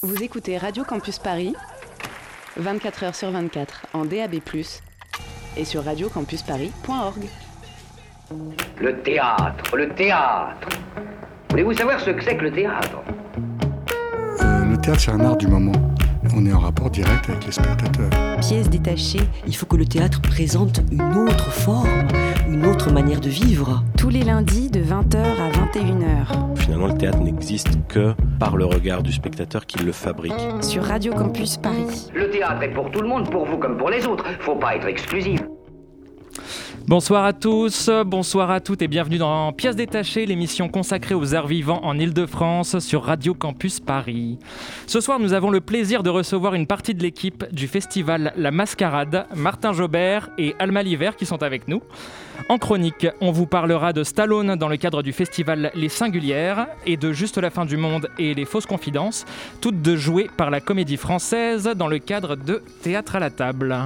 Vous écoutez Radio Campus Paris, 24h sur 24 en DAB+, et sur radiocampusparis.org. Le théâtre. Voulez-vous savoir ce que c'est que le théâtre ? Le théâtre, c'est un art du moment. On est en rapport direct avec les spectateurs. Pièce détachée, il faut que le théâtre présente une autre forme, une autre manière de vivre. Tous les lundis de 20h à 21h. Finalement, le théâtre n'existe que par le regard du spectateur qui le fabrique. Sur Radio Campus Paris. Le théâtre est pour tout le monde, pour vous comme pour les autres. Faut pas être exclusif. Bonsoir à tous, bonsoir à toutes et bienvenue dans Pièces détachées, l'émission consacrée aux arts vivants en Ile-de-France sur Radio Campus Paris. Ce soir, nous avons le plaisir de recevoir une partie de l'équipe du festival La Mascarade, Martin Jobert et Alma Liver qui sont avec nous. En chronique, on vous parlera de Stallone dans le cadre du festival Les Singulières et de Juste la fin du monde et Les fausses confidences, toutes deux jouées par la Comédie Française dans le cadre de Théâtre à la table.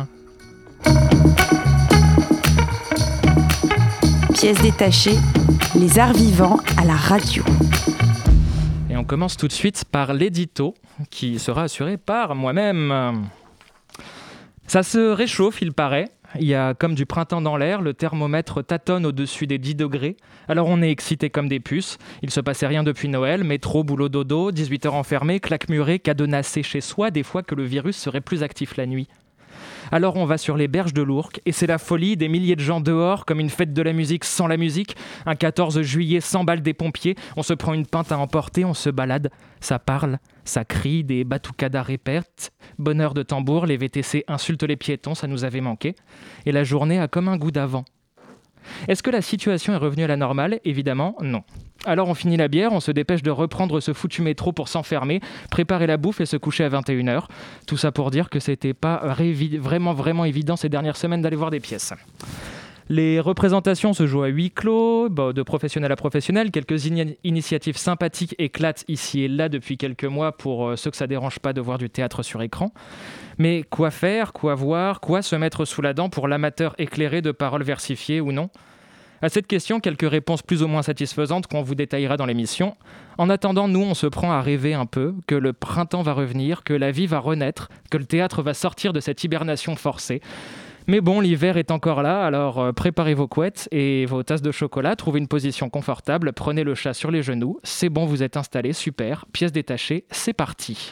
Pièces détachées, les arts vivants à la radio. Et on commence tout de suite par l'édito, qui sera assuré par moi-même. Ça se réchauffe, il paraît. Il y a comme du printemps dans l'air, le thermomètre tâtonne au-dessus des 10 degrés. Alors on est excités comme des puces. Il se passait rien depuis Noël, métro, boulot, dodo, 18 heures enfermé, claque-murée, cadenassé chez soi, des fois que le virus serait plus actif la nuit. Alors on va sur les berges de l'Ourcq et c'est la folie, des milliers de gens dehors comme une fête de la musique sans la musique. Un 14 juillet sans balles des pompiers, on se prend une pinte à emporter, on se balade, ça parle, ça crie, des batucadas répètent. Bonheur de tambour, les VTC insultent les piétons, ça nous avait manqué. Et la journée a comme un goût d'avant. Est-ce que la situation est revenue à la normale ? Évidemment, non. Alors on finit la bière, on se dépêche de reprendre ce foutu métro pour s'enfermer, préparer la bouffe et se coucher à 21h. Tout ça pour dire que c'était pas vraiment évident ces dernières semaines d'aller voir des pièces. Les représentations se jouent à huis clos, de professionnel à professionnel. Quelques initiatives sympathiques éclatent ici et là depuis quelques mois pour ceux que ça dérange pas de voir du théâtre sur écran. Mais quoi faire, quoi voir, quoi se mettre sous la dent pour l'amateur éclairé de paroles versifiées ou non ? À cette question, quelques réponses plus ou moins satisfaisantes qu'on vous détaillera dans l'émission. En attendant, nous, on se prend à rêver un peu que le printemps va revenir, que la vie va renaître, que le théâtre va sortir de cette hibernation forcée. Mais bon, l'hiver est encore là, alors préparez vos couettes et vos tasses de chocolat, trouvez une position confortable, prenez le chat sur les genoux. C'est bon, vous êtes installés, super. Pièces détachées, c'est parti.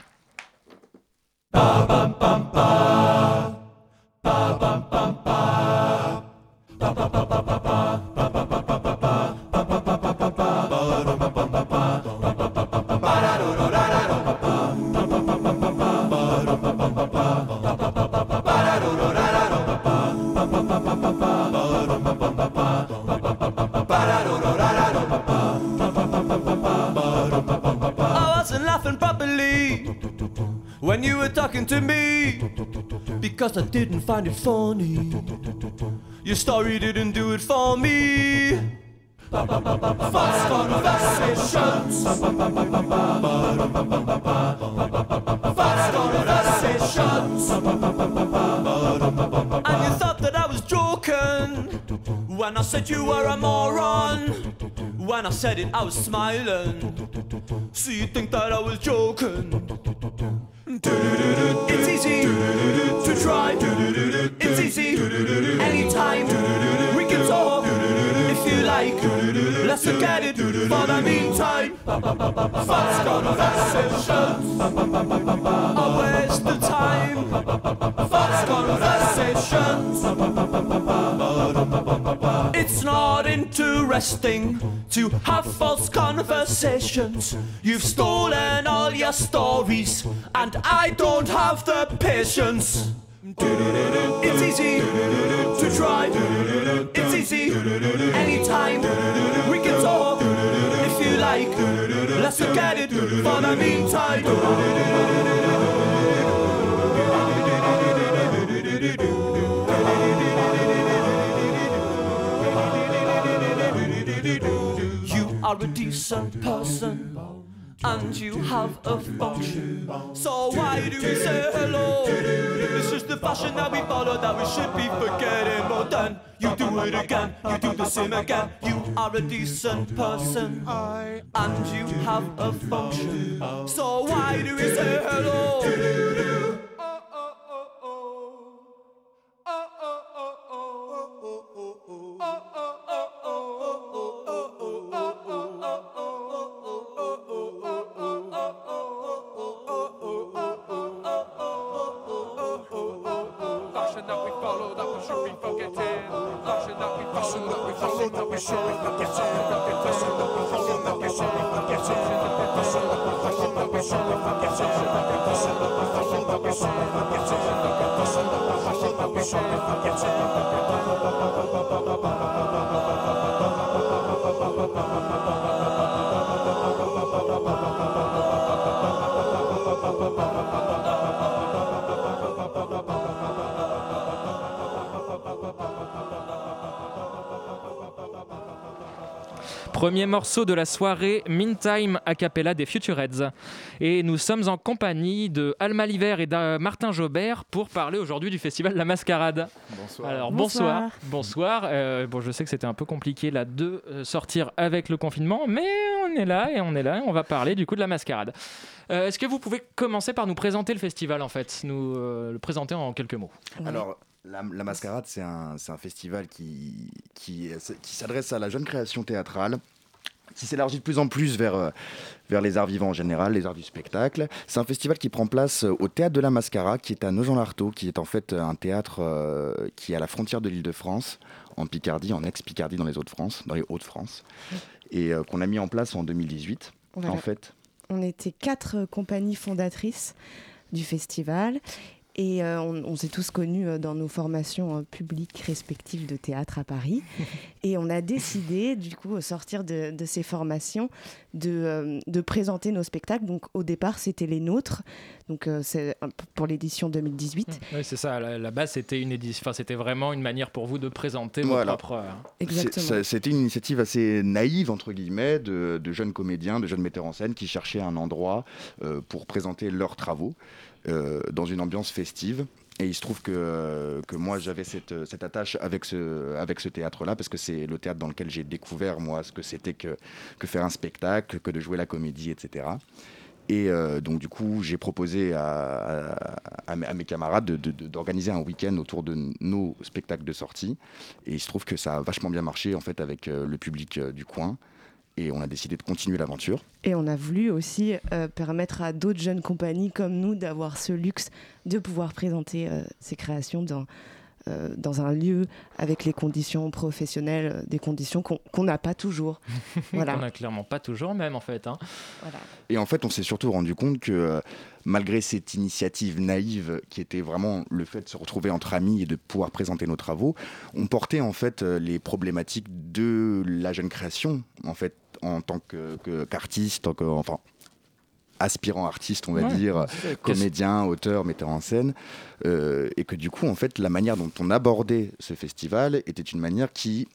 When you were talking to me, because I didn't find it funny. Your story didn't do it for me. False conversations. False conversations. And you thought that I was joking when I said you were a moron. When I said it, I was smiling. So you think that I was joking? It's easy to try. It's easy anytime. We can talk if you like. Let's forget it for the meantime. False conversations are waste of time. False conversations. It's not interesting to have false conversations. You've stolen all your stories, and I don't have the patience. It's easy to try. It's easy anytime. We can talk if you like. Let's forget it for the meantime. You are a decent person. and you have a function. So why do we say hello? It's just the fashion that we follow that we should be forgetting. More than you do it again, you do the same again. You are a decent person and you have a function. So why do we say hello? Premier morceau de la soirée, Meantime a cappella des Futureheads. Et nous sommes en compagnie de Alma Liver et de Martin Jobert pour parler aujourd'hui du festival La Mascarade. Bonsoir. Alors bonsoir. Bon, je sais que c'était un peu compliqué là de sortir avec le confinement, mais on est là et on va parler du coup de La Mascarade. Est-ce que vous pouvez commencer par nous présenter le festival en fait, nous le présenter en quelques mots? Alors, la Mascarade, c'est un festival qui s'adresse à la jeune création théâtrale, qui s'élargit de plus en plus vers les arts vivants en général, les arts du spectacle. C'est un festival qui prend place au Théâtre de la Mascarade, qui est à Nogent-l'Artaud, qui est en fait un théâtre qui est à la frontière de l'Île-de-France, en Picardie, en ex-Picardie dans les Hauts-de-France, dans les Hauts-de-France, et qu'on a mis en place en 2018. Voilà. En fait, on était 4 compagnies fondatrices du festival. Et on s'est tous connus dans nos formations publiques respectives de théâtre à Paris. Et on a décidé, du coup, au sortir de ces formations, de présenter nos spectacles. Donc, au départ, c'était les nôtres. Donc, c'est pour l'édition 2018. Oui, c'est ça. La base, c'était une édition. Enfin, c'était vraiment une manière pour vous de présenter vos propres. Exactement. C'était une initiative assez naïve, entre guillemets, de jeunes comédiens, de jeunes metteurs en scène qui cherchaient un endroit pour présenter leurs travaux. Dans une ambiance festive. Et il se trouve que moi, j'avais cette attache avec ce théâtre-là, parce que c'est le théâtre dans lequel j'ai découvert, moi, ce que c'était que faire un spectacle, que de jouer la comédie, etc. Et donc, du coup, j'ai proposé à mes camarades d'organiser un week-end autour de nos spectacles de sortie. Et il se trouve que ça a vachement bien marché, en fait, avec le public du coin. Et on a décidé de continuer l'aventure. Et on a voulu aussi permettre à d'autres jeunes compagnies comme nous d'avoir ce luxe de pouvoir présenter ces créations dans un lieu avec les conditions professionnelles, des conditions qu'on n'a pas toujours. Voilà. On n'a clairement pas toujours même en fait. Hein. Voilà. Et en fait, on s'est surtout rendu compte que malgré cette initiative naïve qui était vraiment le fait de se retrouver entre amis et de pouvoir présenter nos travaux, on portait en fait les problématiques de la jeune création en fait en tant qu'artiste, aspirant artiste, on va dire, comédien, auteur, metteur en scène, et que du coup, en fait, la manière dont on abordait ce festival était une manière qui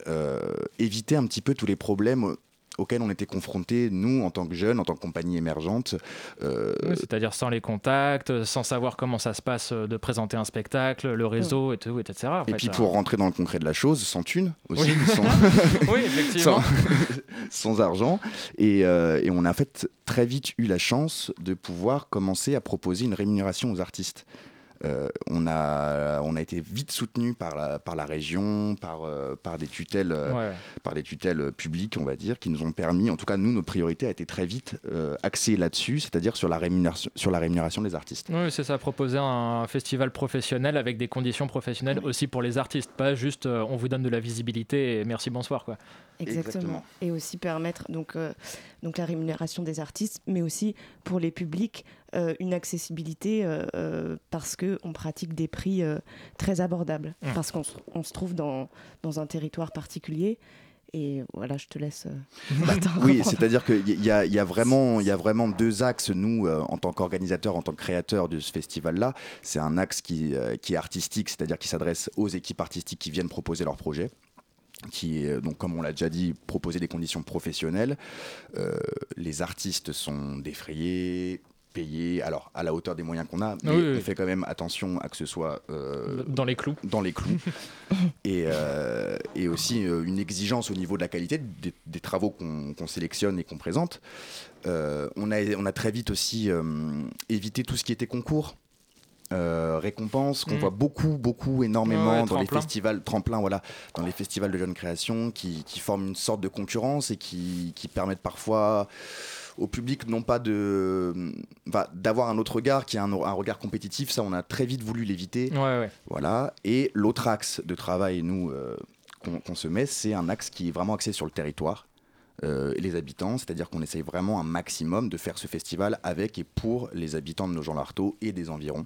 évitait un petit peu tous les problèmes auxquels on était confrontés, nous, en tant que jeunes, en tant que compagnie émergente. Oui, c'est-à-dire sans les contacts, sans savoir comment ça se passe de présenter un spectacle, le réseau, etc. Et puis pour rentrer dans le concret de la chose, sans thune aussi, oui, effectivement. sans argent. Et on a en fait très vite eu la chance de pouvoir commencer à proposer une rémunération aux artistes. On a été vite soutenu par la région, par des tutelles, par des tutelles publiques, on va dire, qui nous ont permis, en tout cas nous, notre priorité a été très vite axée là-dessus, c'est-à-dire sur la rémunération des artistes. Oui, c'est ça, proposer un festival professionnel avec des conditions professionnelles aussi pour les artistes, pas juste on vous donne de la visibilité et merci, bonsoir, quoi. Exactement. Et aussi permettre donc la rémunération des artistes, mais aussi pour les publics une accessibilité parce qu'on pratique des prix très abordables, parce qu'on se trouve dans un territoire particulier. Et voilà, je te laisse. Oui, c'est-à-dire qu'il y a vraiment deux axes, nous, en tant qu'organisateurs, en tant que créateurs de ce festival-là. C'est un axe qui est artistique, c'est-à-dire qui s'adresse aux équipes artistiques qui viennent proposer leurs projets. qui est, donc, comme on l'a déjà dit, proposer des conditions professionnelles. Les artistes sont défrayés, payés, alors à la hauteur des moyens qu'on a, mais on fait quand même attention à que ce soit dans les clous. et aussi une exigence au niveau de la qualité des travaux qu'on sélectionne et qu'on présente. On a très vite aussi évité tout ce qui était concours. Récompenses qu'on voit beaucoup énormément dans les festivals tremplins, dans les festivals de jeunes créations qui forment une sorte de concurrence et qui permettent parfois au public non pas d'avoir un autre regard qui est un regard compétitif. Ça, on a très vite voulu l'éviter. Voilà. Et l'autre axe de travail qu'on se met, c'est un axe qui est vraiment axé sur le territoire et les habitants, c'est-à-dire qu'on essaye vraiment un maximum de faire ce festival avec et pour les habitants de Nogent-l'Artaud et des environs.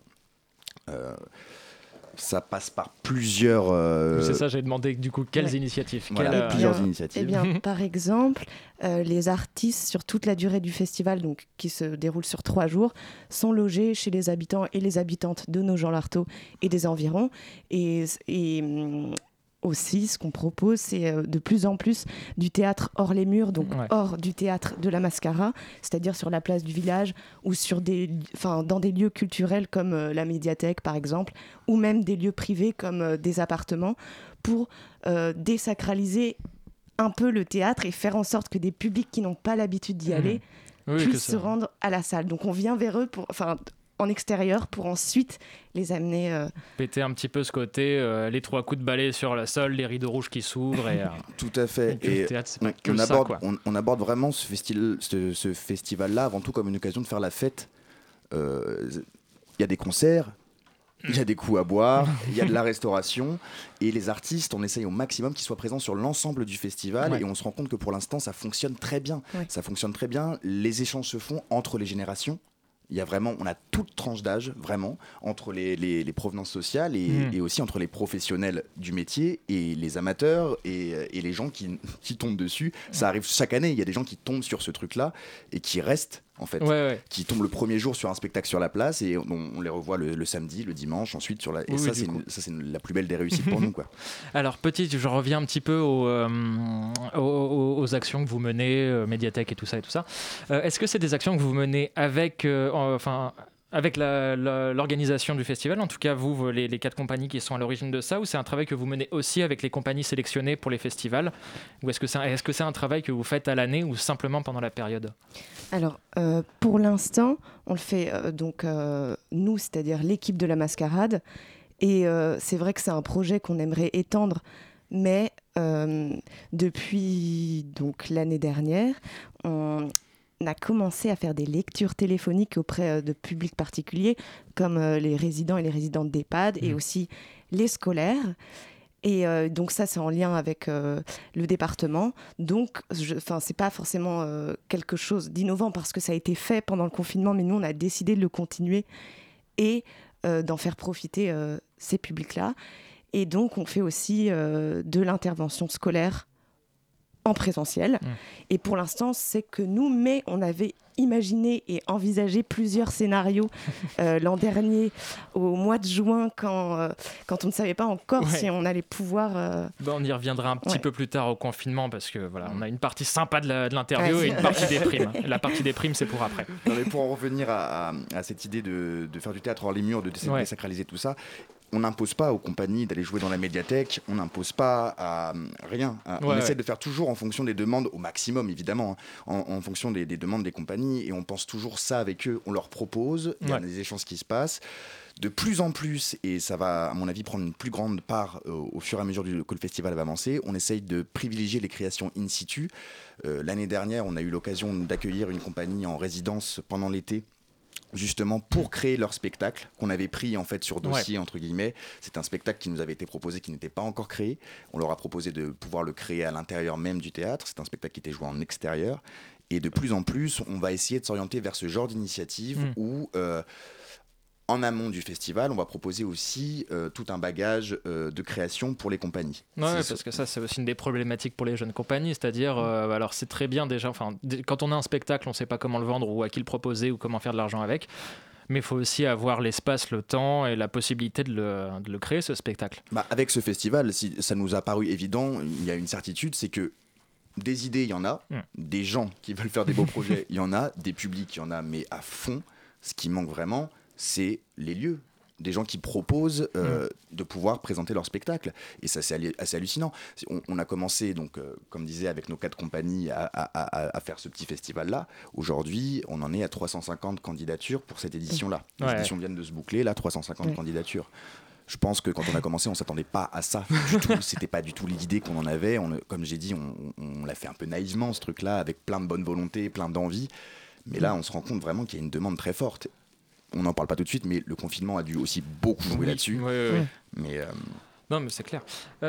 Ça passe par plusieurs... C'est ça, j'ai demandé du coup quelles initiatives. Plusieurs initiatives. Eh bien, par exemple, les artistes sur toute la durée du festival, donc qui se déroule sur 3 jours, sont logés chez les habitants et les habitantes de Nogent-l'Artaud et des environs. Et aussi, ce qu'on propose, c'est de plus en plus du théâtre hors les murs, donc hors du théâtre de la Mascara, c'est-à-dire sur la place du village ou dans des lieux culturels comme la médiathèque, par exemple, ou même des lieux privés comme des appartements, pour désacraliser un peu le théâtre et faire en sorte que des publics qui n'ont pas l'habitude d'y aller puissent se rendre à la salle. Donc on vient vers eux en extérieur pour ensuite les amener... Péter un petit peu ce côté, les 3 coups de balai sur le sol, les rideaux rouges qui s'ouvrent. Et, tout à fait. Et le théâtre, c'est pas que on aborde vraiment ce festival-là avant tout comme une occasion de faire la fête. Il y a des concerts, il y a des coups à boire, il y a de la restauration. Et les artistes, on essaye au maximum qu'ils soient présents sur l'ensemble du festival. Et on se rend compte que pour l'instant, ça fonctionne très bien. Ça fonctionne très bien. Les échanges se font entre les générations. Il y a vraiment, on a toute tranche d'âge, vraiment, entre les provenances sociales et aussi entre les professionnels du métier et les amateurs et les gens qui tombent dessus. Ça arrive chaque année, il y a des gens qui tombent sur ce truc-là et qui restent, en fait, qui tombent le premier jour sur un spectacle sur la place et on les revoit le samedi, le dimanche, ensuite sur la... Et ça, c'est la plus belle des réussites pour nous, quoi. Alors, je reviens un petit peu aux actions que vous menez, médiathèque et tout ça. Est-ce que c'est des actions que vous menez avec l'organisation du festival, en tout cas vous, les 4 compagnies qui sont à l'origine de ça, ou c'est un travail que vous menez aussi avec les compagnies sélectionnées pour les festivals, ou est-ce que c'est un travail que vous faites à l'année ou simplement pendant la période? Alors, pour l'instant, on le fait nous, c'est-à-dire l'équipe de la Mascarade, et c'est vrai que c'est un projet qu'on aimerait étendre, mais depuis donc, l'année dernière, on a commencé à faire des lectures téléphoniques auprès de publics particuliers, comme les résidents et les résidentes d'EHPAD, et aussi les scolaires. Et donc ça, c'est en lien avec le département. Donc, c'est pas forcément quelque chose d'innovant parce que ça a été fait pendant le confinement, mais nous, on a décidé de le continuer et d'en faire profiter ces publics-là. Et donc, on fait aussi de l'intervention scolaire en présentiel. Et pour l'instant, c'est que nous, mais on avait imaginé et envisagé plusieurs scénarios l'an dernier, au mois de juin, quand on ne savait pas encore si on allait pouvoir... on y reviendra un petit peu plus tard au confinement, parce que on a une partie sympa de l'interview et une partie des primes. La partie des primes, c'est pour après. Non, mais pour en revenir à cette idée de faire du théâtre hors les murs, de désacraliser tout ça, on n'impose pas aux compagnies d'aller jouer dans la médiathèque, on n'impose pas à rien. On essaie de faire toujours en fonction des demandes, au maximum évidemment, en fonction des demandes des compagnies, et on pense toujours ça avec eux, on leur propose, il y a des échanges qui se passent. De plus en plus, et ça va à mon avis prendre une plus grande part au fur et à mesure que le festival va avancer, on essaye de privilégier les créations in situ. L'année dernière, on a eu l'occasion d'accueillir une compagnie en résidence pendant l'été, justement pour créer leur spectacle qu'on avait pris en fait sur dossier entre guillemets. C'est un spectacle qui nous avait été proposé qui n'était pas encore créé. On leur a proposé de pouvoir le créer à l'intérieur même du théâtre. C'est un spectacle qui était joué en extérieur, et de plus en plus on va essayer de s'orienter vers ce genre d'initiative où en amont du festival, on va proposer aussi tout un bagage de création pour les compagnies. Parce que ça, c'est aussi une des problématiques pour les jeunes compagnies, c'est-à-dire, alors c'est très bien déjà, quand on a un spectacle, on ne sait pas comment le vendre ou à qui le proposer ou comment faire de l'argent avec. Mais il faut aussi avoir l'espace, le temps et la possibilité de le créer, ce spectacle. Avec ce festival, si ça nous a paru évident, il y a une certitude, c'est que des idées, il y en a, des gens qui veulent faire des beaux projets, il y en a, des publics, il y en a, mais à fond, ce qui manque vraiment, c'est les lieux. Des gens qui proposent de pouvoir présenter leur spectacle. Et ça, c'est assez hallucinant. On a commencé, donc, comme disait, avec nos 4 compagnies à faire ce petit festival-là. Aujourd'hui, on en est à 350 candidatures pour cette édition-là. Les éditions viennent de se boucler, là, 350 candidatures. Je pense que quand on a commencé, on ne s'attendait pas à ça du tout. C'était pas du tout l'idée qu'on en avait. Comme j'ai dit, on l'a fait un peu naïvement, ce truc-là, avec plein de bonne volonté, plein d'envie. Mais là, on se rend compte vraiment qu'il y a une demande très forte. On n'en parle pas tout de suite, mais le confinement a dû aussi beaucoup jouer là-dessus. Oui. Mais non, mais c'est clair.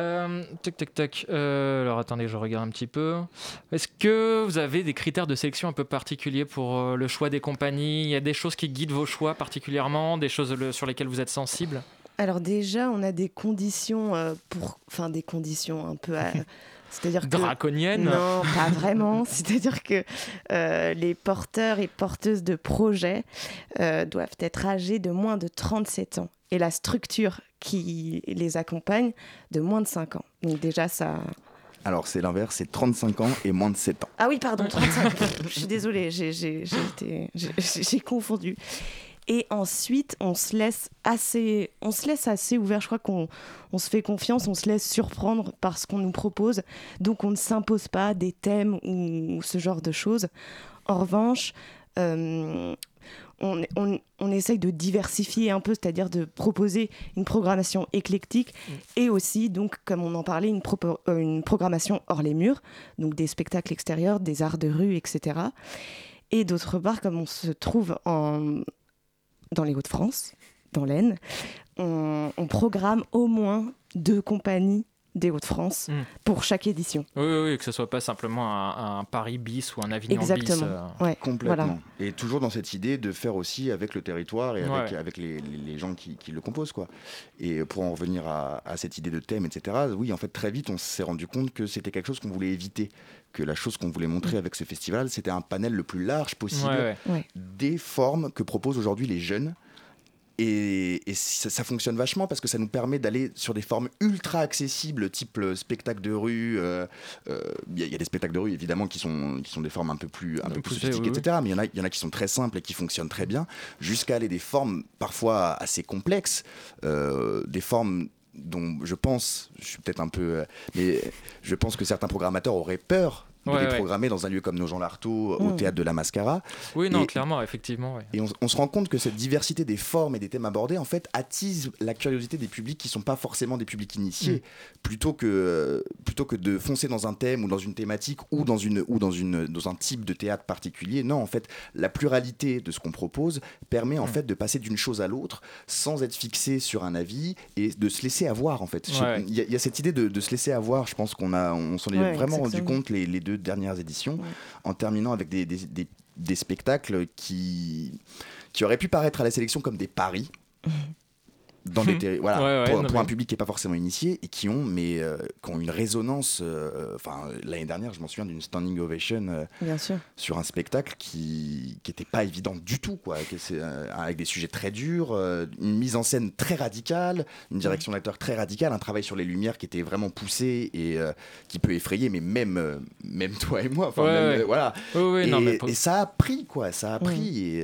Tac. Alors attendez, je regarde un petit peu. Est-ce que vous avez des critères de sélection un peu particuliers pour le choix des compagnies ? Il y a des choses qui guident vos choix particulièrement, des choses sur lesquelles vous êtes sensible ? Alors déjà, on a des conditions des conditions un peu... C'est-à-dire draconienne ? Non, pas vraiment. C'est-à-dire que les porteurs et porteuses de projets doivent être âgés de moins de 37 ans. Et la structure qui les accompagne de moins de 5 ans. Donc déjà, ça... Alors, c'est l'inverse, c'est 35 ans et moins de 7 ans. Ah oui, pardon, 35. Je suis désolée, j'ai confondu. Et ensuite, on se laisse assez ouvert. Je crois qu'on se fait confiance, on se laisse surprendre par ce qu'on nous propose. Donc, on ne s'impose pas des thèmes ou ce genre de choses. En revanche, on essaye de diversifier un peu, c'est-à-dire de proposer une programmation éclectique et aussi, donc, comme on en parlait, une programmation hors les murs, donc des spectacles extérieurs, des arts de rue, etc. Et d'autre part, comme on se trouve dans les Hauts-de-France, dans l'Aisne, on programme au moins 2 compagnies des Hauts-de-France pour chaque édition. Oui, que ce soit pas simplement un Paris bis ou un Avignon bis. Exactement, complètement. Voilà. Et toujours dans cette idée de faire aussi avec le territoire et avec les gens qui le composent, quoi. Et pour en revenir à cette idée de thème, etc., oui, en fait, très vite, on s'est rendu compte que c'était quelque chose qu'on voulait éviter, que la chose qu'on voulait montrer avec ce festival, c'était un panel le plus large possible des formes que proposent aujourd'hui les jeunes. Et ça fonctionne vachement parce que ça nous permet d'aller sur des formes ultra accessibles, type spectacle de rue. Il y a des spectacles de rue évidemment qui sont des formes un peu plus sophistiquées, etc. Mais il y en a qui sont très simples et qui fonctionnent très bien, jusqu'à aller des formes parfois assez complexes, des formes dont je suis peut-être un peu, mais je pense que certains programmateurs auraient peur de les programmer dans un lieu comme Nogent-l'Artaud, au Théâtre de la Mascara. Oui, non, clairement, effectivement. Ouais. Et on se rend compte que cette diversité des formes et des thèmes abordés, en fait, attise la curiosité des publics qui ne sont pas forcément des publics initiés. Plutôt que de foncer dans un thème ou dans une thématique ou dans un type de théâtre particulier. Non, en fait, la pluralité de ce qu'on propose permet en fait de passer d'une chose à l'autre sans être fixé sur un avis et de se laisser avoir, en fait. Il y a cette idée de se laisser avoir. Je pense on s'en est vraiment rendu compte les 2 dernières éditions, en terminant avec des spectacles qui auraient pu paraître à la sélection comme des paris dans des pour un public qui n'est pas forcément initié et qui ont une résonance. L'année dernière, je m'en souviens d'une standing ovation sur un spectacle qui n'était pas évident du tout, quoi, avec des sujets très durs, une mise en scène très radicale, une direction d'acteur très radicale, un travail sur les lumières qui était vraiment poussé et qui peut effrayer, mais même toi et moi. Voilà. Et ça a pris, quoi. Ça a pris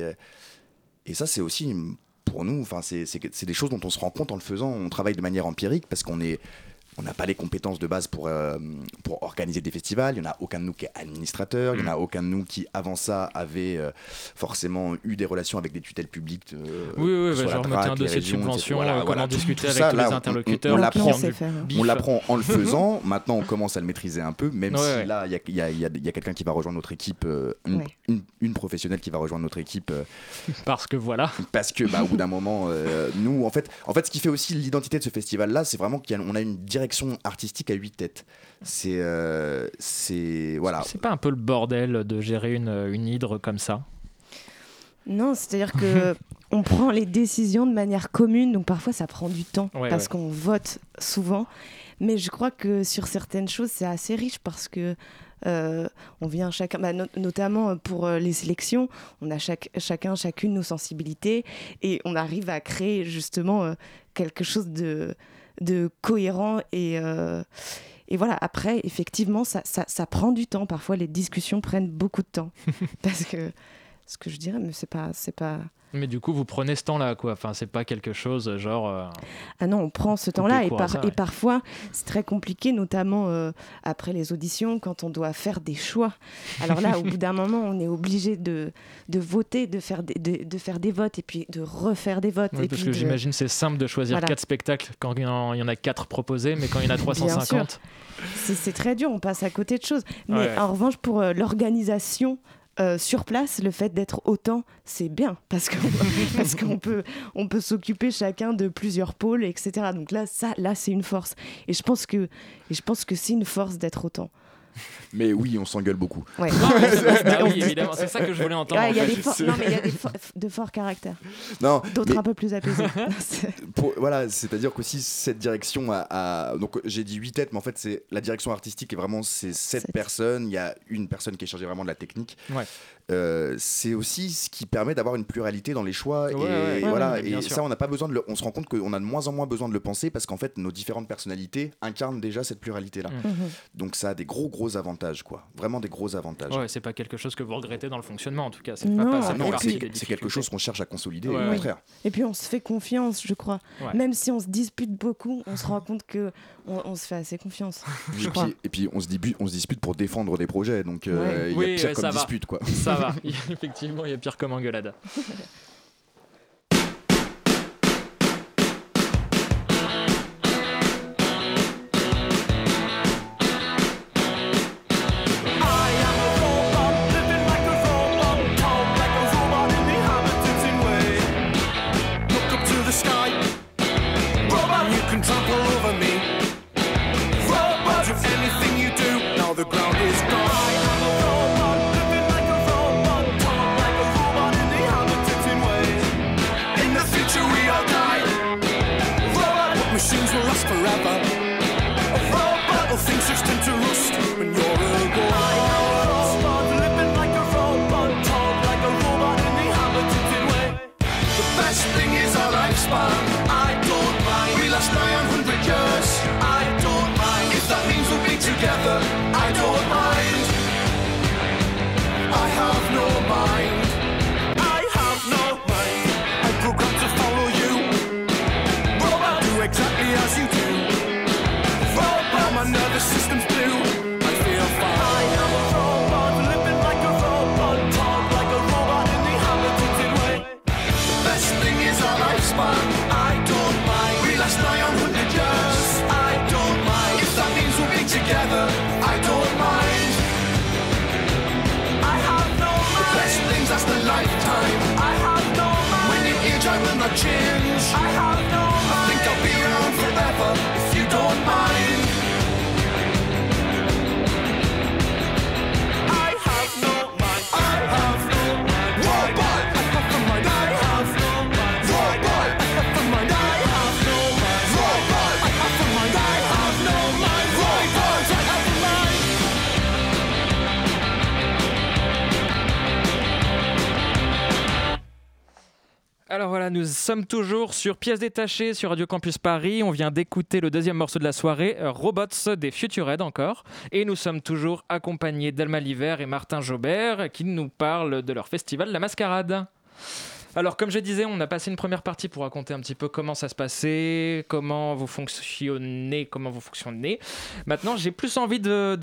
et ça, c'est aussi pour nous, c'est des choses dont on se rend compte en le faisant. On travaille de manière empirique parce qu'on n'a pas les compétences de base pour organiser des festivals. Il n'y en a aucun de nous qui est administrateur. Il n'y en a aucun de nous qui, avant ça, avait forcément eu des relations avec des tutelles publiques. Genre monter un dossier de subvention, comment discuter avec tous les interlocuteurs. On l'apprend en le faisant. Maintenant, on commence à le maîtriser un peu, même si là, il y a quelqu'un qui va rejoindre notre équipe, une professionnelle qui va rejoindre notre équipe. Parce que au bout d'un moment, nous, en fait, ce qui fait aussi l'identité de ce festival-là, c'est vraiment qu'on a une direction artistique à 8 têtes. C'est pas un peu le bordel de gérer une hydre comme ça? Non, c'est-à-dire que on prend les décisions de manière commune, donc parfois ça prend du temps parce qu'on vote souvent. Mais je crois que sur certaines choses, c'est assez riche parce que On vient chacun, notamment pour les sélections, on a chacune nos sensibilités et on arrive à créer justement quelque chose de cohérent et voilà. Après, effectivement, ça prend du temps. Parfois, les discussions prennent beaucoup de temps parce que ce que je dirais, mais c'est pas. Mais du coup, vous prenez ce temps-là, quoi. Enfin, c'est pas quelque chose genre. Ah non, on prend ce temps-là et parfois c'est très compliqué, notamment après les auditions, quand on doit faire des choix. Alors là, au bout d'un moment, on est obligé de voter, de faire des votes et puis de refaire des votes. Oui, parce que j'imagine c'est simple de choisir 4 spectacles quand il y en a 4 proposés, mais quand il y en a 350. C'est très dur, on passe à côté de choses. Mais en revanche, pour l'organisation. Sur place, le fait d'être autant, c'est bien parce qu'on peut s'occuper chacun de plusieurs pôles, etc. Donc là, c'est une force. Et je pense que c'est une force d'être autant. Mais oui, on s'engueule beaucoup. Ouais. Oui, évidemment, c'est ça que je voulais entendre. Il y a de forts caractères. Non, d'autres un peu plus apaisés. Voilà, c'est-à-dire qu'aussi cette direction donc j'ai dit 8 têtes, mais en fait c'est la direction artistique est vraiment c'est 7 personnes. Il y a une personne qui est chargée vraiment de la technique. Ouais. C'est aussi ce qui permet d'avoir une pluralité dans les choix et ça on n'a pas besoin on se rend compte qu'on a de moins en moins besoin de le penser parce qu'en fait nos différentes personnalités incarnent déjà cette pluralité là. Donc ça a des gros avantages quoi, vraiment des gros avantages. Ouais, c'est pas quelque chose que vous regrettez dans le fonctionnement en tout cas, c'est quelque chose qu'on cherche à consolider au contraire. Et puis on se fait confiance, je crois. Même si on se dispute beaucoup, on se rend compte que on se fait assez confiance. Et puis on se dispute pour défendre des projets, donc il y a pire comme dispute quoi. Ça va, effectivement, il y a pire comme engueulade. Alors voilà, nous sommes toujours sur Pièces détachées sur Radio Campus Paris. On vient d'écouter le deuxième morceau de la soirée, Robots des Futurehead encore. Et nous sommes toujours accompagnés d'Elma Liver et Martin Jobert qui nous parlent de leur festival La Mascarade. Alors, comme je disais, on a passé une première partie pour raconter un petit peu comment ça se passait, comment vous fonctionnez. Maintenant, j'ai plus envie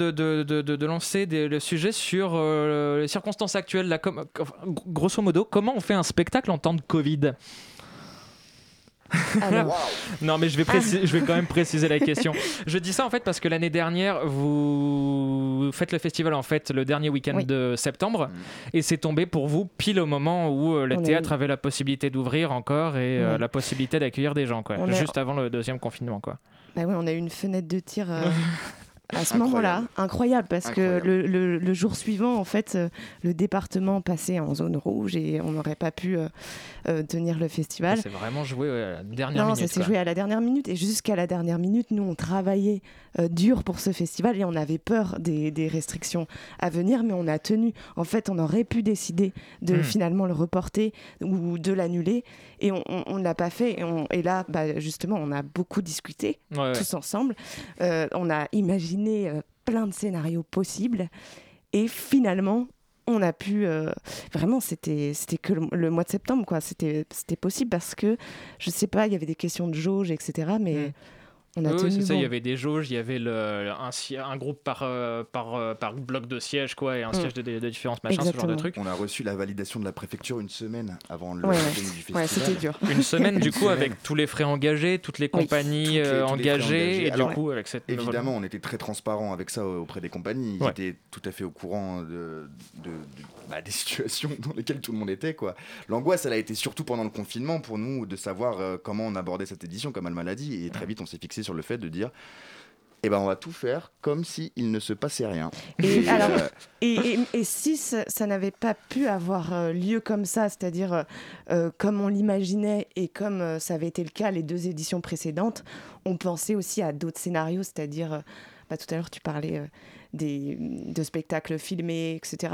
de lancer le sujet sur les circonstances actuelles. Grosso modo, comment on fait un spectacle en temps de Covid ? Alors... Non, mais je vais quand même préciser la question. Je dis ça en fait parce que l'année dernière, vous faites le festival en fait le dernier week-end de septembre et c'est tombé pour vous pile au moment où le théâtre avait la possibilité d'ouvrir encore et la possibilité d'accueillir des gens, quoi. Juste avant le deuxième confinement, quoi. Bah oui, on a eu une fenêtre de tir à ce moment-là, incroyable, parce que le jour suivant, en fait, le département passait en zone rouge et on n'aurait pas pu tenir le festival. C'est vraiment joué à la dernière minute. Non, ça s'est joué à la dernière minute. Et jusqu'à la dernière minute, nous, on travaillait dur pour ce festival et on avait peur des restrictions à venir, mais on a tenu. En fait, on aurait pu décider de finalement le reporter ou de l'annuler et on ne l'a pas fait. Et là, justement, on a beaucoup discuté tous ensemble. On a imaginé plein de scénarios possibles et finalement on a pu vraiment c'était que le mois de septembre quoi, c'était possible parce que je sais pas, il y avait des questions de jauge etc, mais on a tenu c'est ça, bon. il y avait des jauges, il y avait un groupe par bloc de sièges quoi, et un siège de différence machin. Exactement. Ce genre de truc. On a reçu la validation de la préfecture une semaine avant le début du festival. Ouais, c'était dur. Une semaine du coup avec tous les frais engagés, toutes les compagnies engagées. Et alors, du coup avec cette évidemment on était très transparent avec ça auprès des compagnies. Ils étaient tout à fait au courant des situations dans lesquelles tout le monde était quoi. L'angoisse elle a été surtout pendant le confinement pour nous de savoir comment on abordait cette édition comme Alma l'a dit, et très vite on s'est fixé sur le fait de dire on va tout faire comme s'il ne se passait rien. Et si ça n'avait pas pu avoir lieu comme ça, c'est-à-dire comme on l'imaginait et comme ça avait été le cas les 2 éditions précédentes, on pensait aussi à d'autres scénarios, c'est-à-dire tout à l'heure tu parlais de spectacles filmés, etc.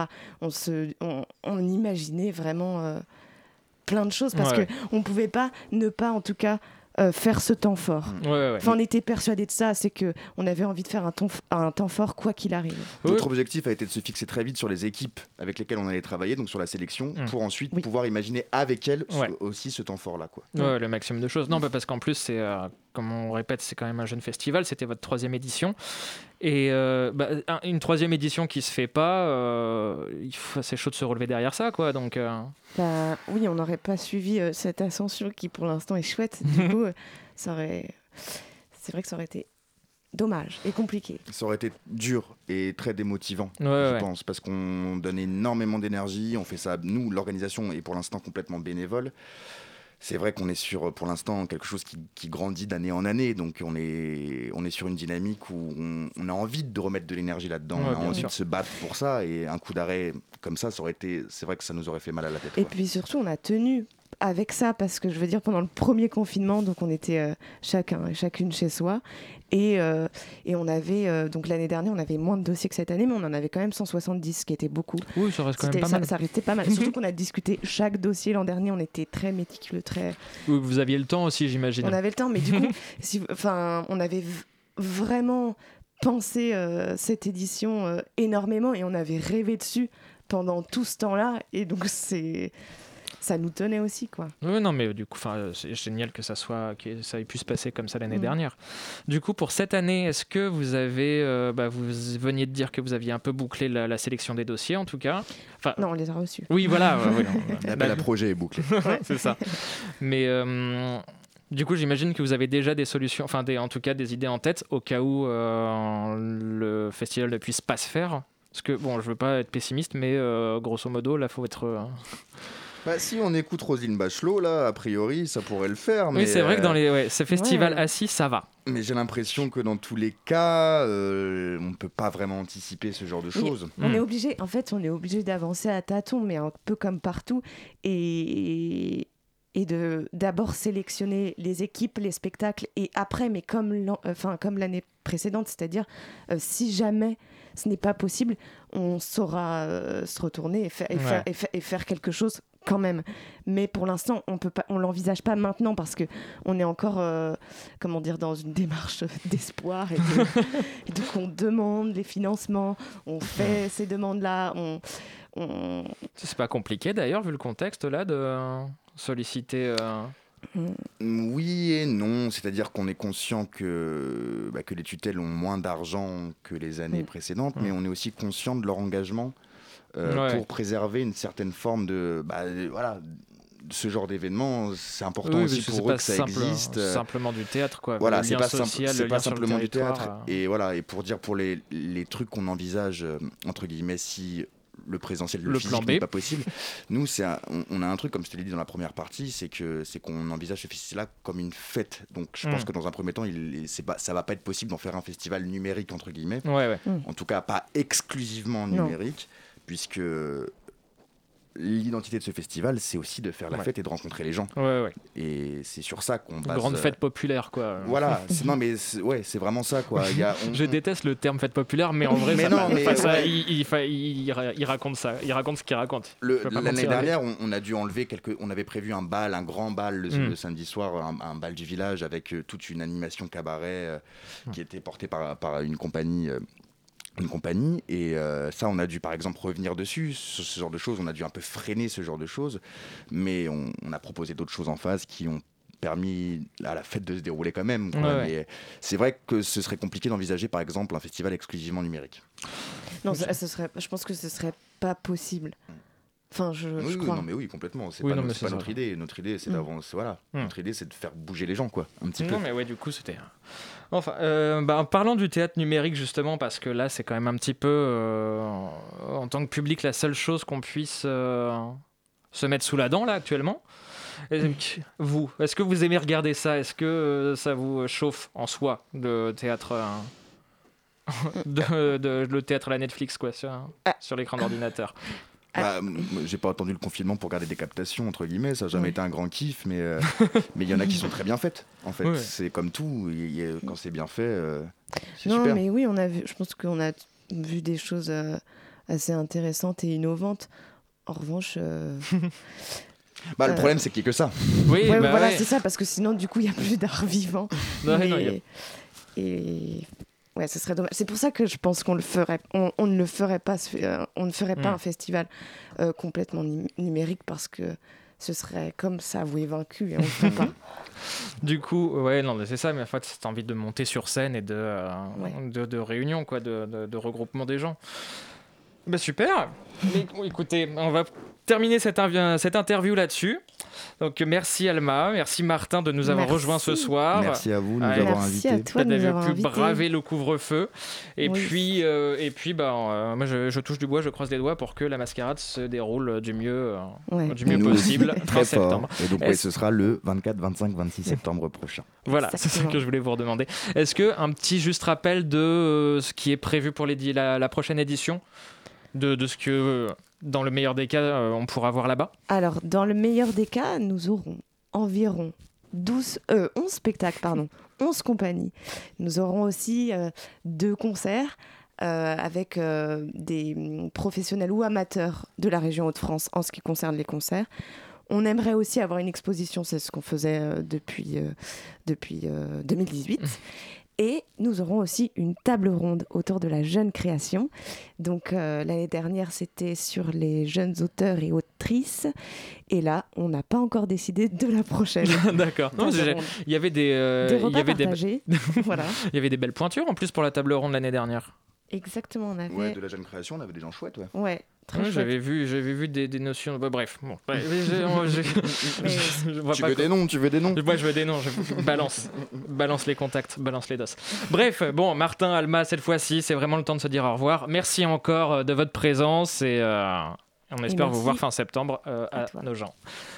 On imaginait vraiment plein de choses parce qu'on ne pouvait pas ne pas en tout cas faire ce temps fort. Enfin, on était persuadés de ça, c'est qu'on avait envie de faire un temps fort quoi qu'il arrive. Notre objectif a été de se fixer très vite sur les équipes avec lesquelles on allait travailler, donc sur la sélection, pour ensuite pouvoir imaginer avec elles aussi ce temps fort là quoi. Le maximum de choses. Non, parce qu'en plus c'est comme on répète, c'est quand même un jeune festival, c'était votre 3e édition. Et une 3e édition qui se fait pas, c'est chaud de se relever derrière ça, quoi. Donc, oui, on n'aurait pas suivi cette ascension qui, pour l'instant, est chouette. Du coup, c'est vrai que ça aurait été dommage et compliqué. Ça aurait été dur et très démotivant, je pense, parce qu'on donne énormément d'énergie. On fait ça, nous, l'organisation est pour l'instant complètement bénévole. C'est vrai qu'on est sur, pour l'instant, quelque chose qui grandit d'année en année. Donc, on est sur une dynamique où on a envie de remettre de l'énergie là-dedans. On a envie de se battre pour ça. Et un coup d'arrêt comme ça aurait été... C'est vrai que ça nous aurait fait mal à la tête. Et puis surtout, on a tenu avec ça, parce que je veux dire, pendant le premier confinement, donc on était chacune chez soi. Et on avait, donc l'année dernière, on avait moins de dossiers que cette année, mais on en avait quand même 170, ce qui était beaucoup. Oui, ça reste quand même pas mal. Ça restait pas mal. Surtout qu'on a discuté chaque dossier l'an dernier, on était très méticuleux, très... Oui, vous aviez le temps aussi, j'imagine. On avait le temps, mais du coup, on avait vraiment pensé cette édition énormément et on avait rêvé dessus pendant tout ce temps-là. Et donc, ça nous tenait aussi, quoi. Oui, non, mais du coup, c'est génial que ça ait pu se passer comme ça l'année dernière. Du coup, pour cette année, est-ce que vous avez, vous veniez de dire que vous aviez un peu bouclé la sélection des dossiers, en tout cas. Non, on les a reçus. Oui, voilà. L'appel à projet est bouclé. C'est ça. Mais du coup, j'imagine que vous avez déjà des solutions, en tout cas des idées en tête au cas où le festival ne puisse pas se faire. Parce que, bon, je veux pas être pessimiste, mais grosso modo, là, faut être... si on écoute Roselyne Bachelot, là, a priori, ça pourrait le faire. Mais oui, c'est vrai que dans ces festivals assis, ça va. Mais j'ai l'impression que dans tous les cas, on ne peut pas vraiment anticiper ce genre de choses. On est obligé, en fait, d'avancer à tâtons, mais un peu comme partout, et d'abord sélectionner les équipes, les spectacles, et après, mais comme l'année précédente, c'est-à-dire si jamais ce n'est pas possible, on saura se retourner et faire quelque chose quand même. Mais pour l'instant, on l'envisage pas maintenant parce que on est encore, dans une démarche d'espoir et donc on demande les financements, on fait ces demandes-là, C'est pas compliqué d'ailleurs vu le contexte là de solliciter. Oui et non, c'est-à-dire qu'on est conscient que les tutelles ont moins d'argent que les années précédentes, mais on est aussi conscient de leur engagement pour préserver une certaine forme de ce genre d'événement. C'est important aussi pour eux que ça existe. Simplement du théâtre, quoi. Voilà, c'est pas simplement du théâtre. Et voilà, et pour les trucs qu'on envisage entre guillemets, si le présentiel, le physique plan B n'est pas possible. Nous, on a un truc, comme je te l'ai dit dans la première partie, c'est qu'on envisage ce festival-là comme une fête. Donc je pense que dans un premier temps, ça va pas être possible d'en faire un festival numérique, entre guillemets. En tout cas, pas exclusivement numérique, puisque l'identité de ce festival, c'est aussi de faire la fête et de rencontrer les gens. Et c'est sur ça qu'on base... Une grande fête populaire, quoi. Voilà, c'est vraiment ça, quoi. Je déteste le terme fête populaire, mais en vrai, il raconte ça. Il raconte ce qu'il raconte. L'année dernière, on a dû enlever on avait prévu un grand bal le samedi soir, un bal du village avec toute une animation cabaret qui était portée par une compagnie... et ça on a dû par exemple revenir dessus sur ce genre de choses, on a dû un peu freiner ce genre de choses, mais on a proposé d'autres choses en face qui ont permis à la fête de se dérouler quand même, quoi. Mais c'est vrai que ce serait compliqué d'envisager par exemple un festival exclusivement numérique. Non, je pense que ce serait pas possible. Enfin, je crois. Non, mais oui, complètement. C'est pas notre idée. Notre idée, c'est d'avancer. Voilà. Notre idée, c'est de faire bouger les gens, quoi, un petit peu. Non, mais du coup, c'était. Enfin, en parlant du théâtre numérique, justement, parce que là, c'est quand même un petit peu, en tant que public, la seule chose qu'on puisse se mettre sous la dent, là, actuellement. Vous, est-ce que vous aimez regarder ça ? Est-ce que ça vous chauffe en soi, le théâtre le théâtre à la Netflix, quoi, sur l'écran d'ordinateur ? J'ai pas attendu le confinement pour regarder des captations, entre guillemets, ça n'a jamais été un grand kiff, mais il y en a qui sont très bien faites, en fait. C'est comme tout, quand c'est bien fait, c'est super. Non, mais oui, je pense qu'on a vu des choses assez intéressantes et innovantes. En revanche... le problème, c'est qu'il n'y a que ça. C'est ça, parce que sinon, du coup, il n'y a plus d'art vivant. Ouais, ce serait dommage. C'est pour ça que je pense qu'on le ferait. On ne le ferait pas. On ne ferait pas un festival complètement numérique parce que ce serait comme ça, vous êtes vaincu et on ne le ferait pas. Du coup, c'est ça. Mais en fait, c'est envie de monter sur scène et de réunion, quoi, de regroupement des gens. Super. Mais, écoutez, on va terminer cette interview là-dessus. Donc merci Alma, merci Martin de nous avoir rejoints ce soir. Merci à vous de nous avoir invités. Merci à toi de nous avoir invités. Braver le couvre-feu. Et puis, moi je touche du bois, je croise les doigts pour que la mascarade se déroule du mieux possible. Très septembre. Et donc ce sera le 24, 25, 26 septembre prochain. Voilà, c'est ça que je voulais vous redemander. Est-ce qu'un petit juste rappel de ce qui est prévu pour la prochaine édition, de ce que... Dans le meilleur des cas, on pourra voir là-bas ? Alors, dans le meilleur des cas, nous aurons environ 11 spectacles, 11 compagnies. Nous aurons aussi 2 concerts avec des professionnels ou amateurs de la région Hauts-de-France en ce qui concerne les concerts. On aimerait aussi avoir une exposition, c'est ce qu'on faisait depuis 2018. Et nous aurons aussi une table ronde autour de la jeune création. Donc l'année dernière, c'était sur les jeunes auteurs et autrices. Et là, on n'a pas encore décidé de la prochaine. D'accord. Il y avait des repas partagés. Voilà. Il y avait des belles pointures en plus pour la table ronde l'année dernière. Exactement, on avait... Ouais, de la jeune création, on avait des gens chouettes, Ouais. Très j'avais vu des notions. Bref, bon. Tu veux des noms Moi, je veux des noms. Balance les contacts, balance les dos. Bref, bon, Martin, Alma, cette fois-ci, c'est vraiment le temps de se dire au revoir. Merci encore de votre présence et on espère vous voir fin septembre à Nogent.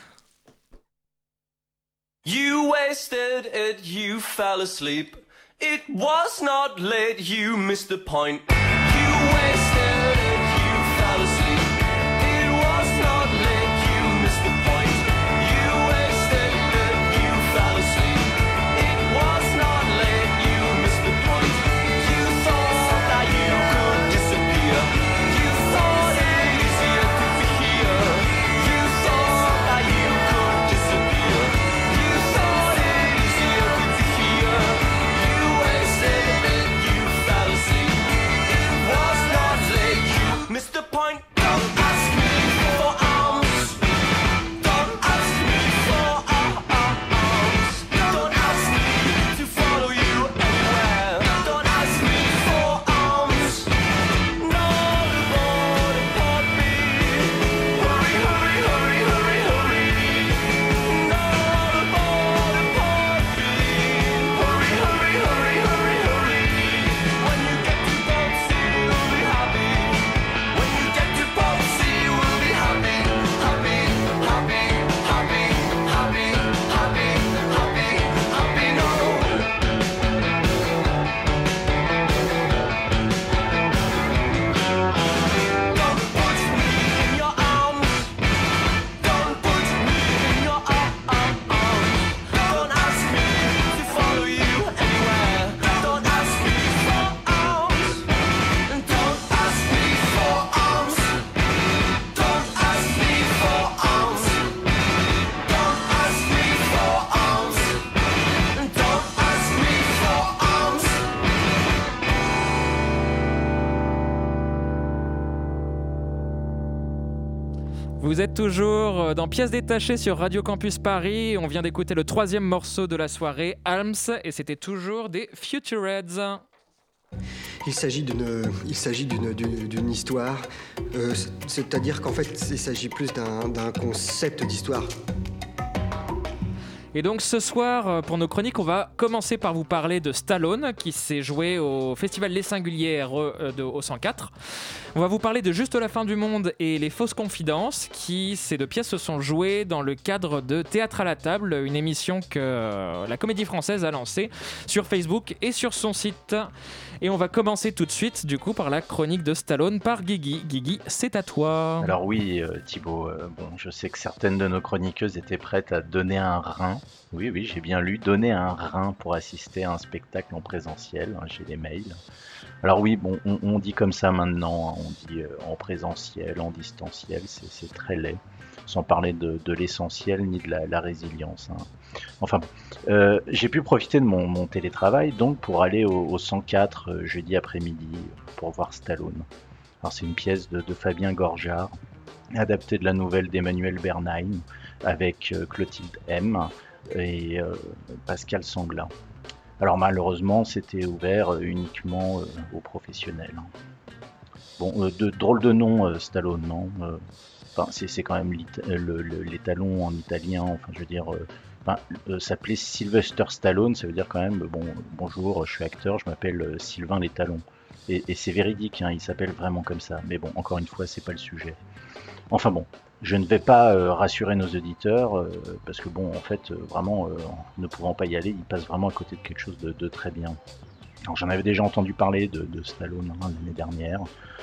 You wasted it, you fell asleep. It was not late, you missed the point. You wasted it, you fell asleep. It was not late, you missed the point. You wasted it, you fell asleep. It was not late, you missed the point. You thought that you could disappear. You thought it easier to be here. You thought that you could disappear. You thought it easier to be here. You wasted it, you fell asleep. It was not Vous êtes toujours dans Pièces détachées sur Radio Campus Paris. On vient d'écouter le 3e morceau de la soirée, Alms, et c'était toujours des Futureheads. Il s'agit d'une histoire, c'est-à-dire qu'en fait, il s'agit plus d'un concept d'histoire. Et donc ce soir, pour nos chroniques, on va commencer par vous parler de Stallone, qui s'est joué au Festival Les Singuliers au 104. On va vous parler de Juste la fin du monde et Les fausses confidences, ces 2 pièces se sont jouées dans le cadre de Théâtre à la table, une émission que la Comédie Française a lancée sur Facebook et sur son site. Et on va commencer tout de suite, du coup, par la chronique de Stallone par Guigui. Guigui, c'est à toi. Alors oui, Thibaut, je sais que certaines de nos chroniqueuses étaient prêtes à donner un rein. Oui, j'ai bien lu, donner un rein pour assister à un spectacle en présentiel. J'ai les mails. Alors oui, bon, on dit comme ça maintenant, on dit en présentiel, en distanciel, c'est très laid. Sans parler de l'essentiel ni de la résilience. Enfin bon, j'ai pu profiter de mon télétravail donc pour aller au 104 jeudi après-midi pour voir Stallone. Alors c'est une pièce de Fabien Gorjard, adaptée de la nouvelle d'Emmanuel Bernheim avec Clotilde M et Pascal Sanglin. Alors malheureusement c'était ouvert uniquement aux professionnels. Bon, drôle de nom Stallone, non c'est quand même l'étalon en italien, enfin je veux dire, s'appelait Sylvester Stallone, ça veut dire quand même, bonjour, je suis acteur, je m'appelle Sylvain l'étalon. Et c'est véridique, il s'appelle vraiment comme ça, mais bon, encore une fois, c'est pas le sujet. Enfin bon, je ne vais pas rassurer nos auditeurs, parce que bon, en fait, vraiment, ne pouvant pas y aller, ils passent vraiment à côté de quelque chose de très bien. Alors, j'en avais déjà entendu parler de Stallone l'année dernière.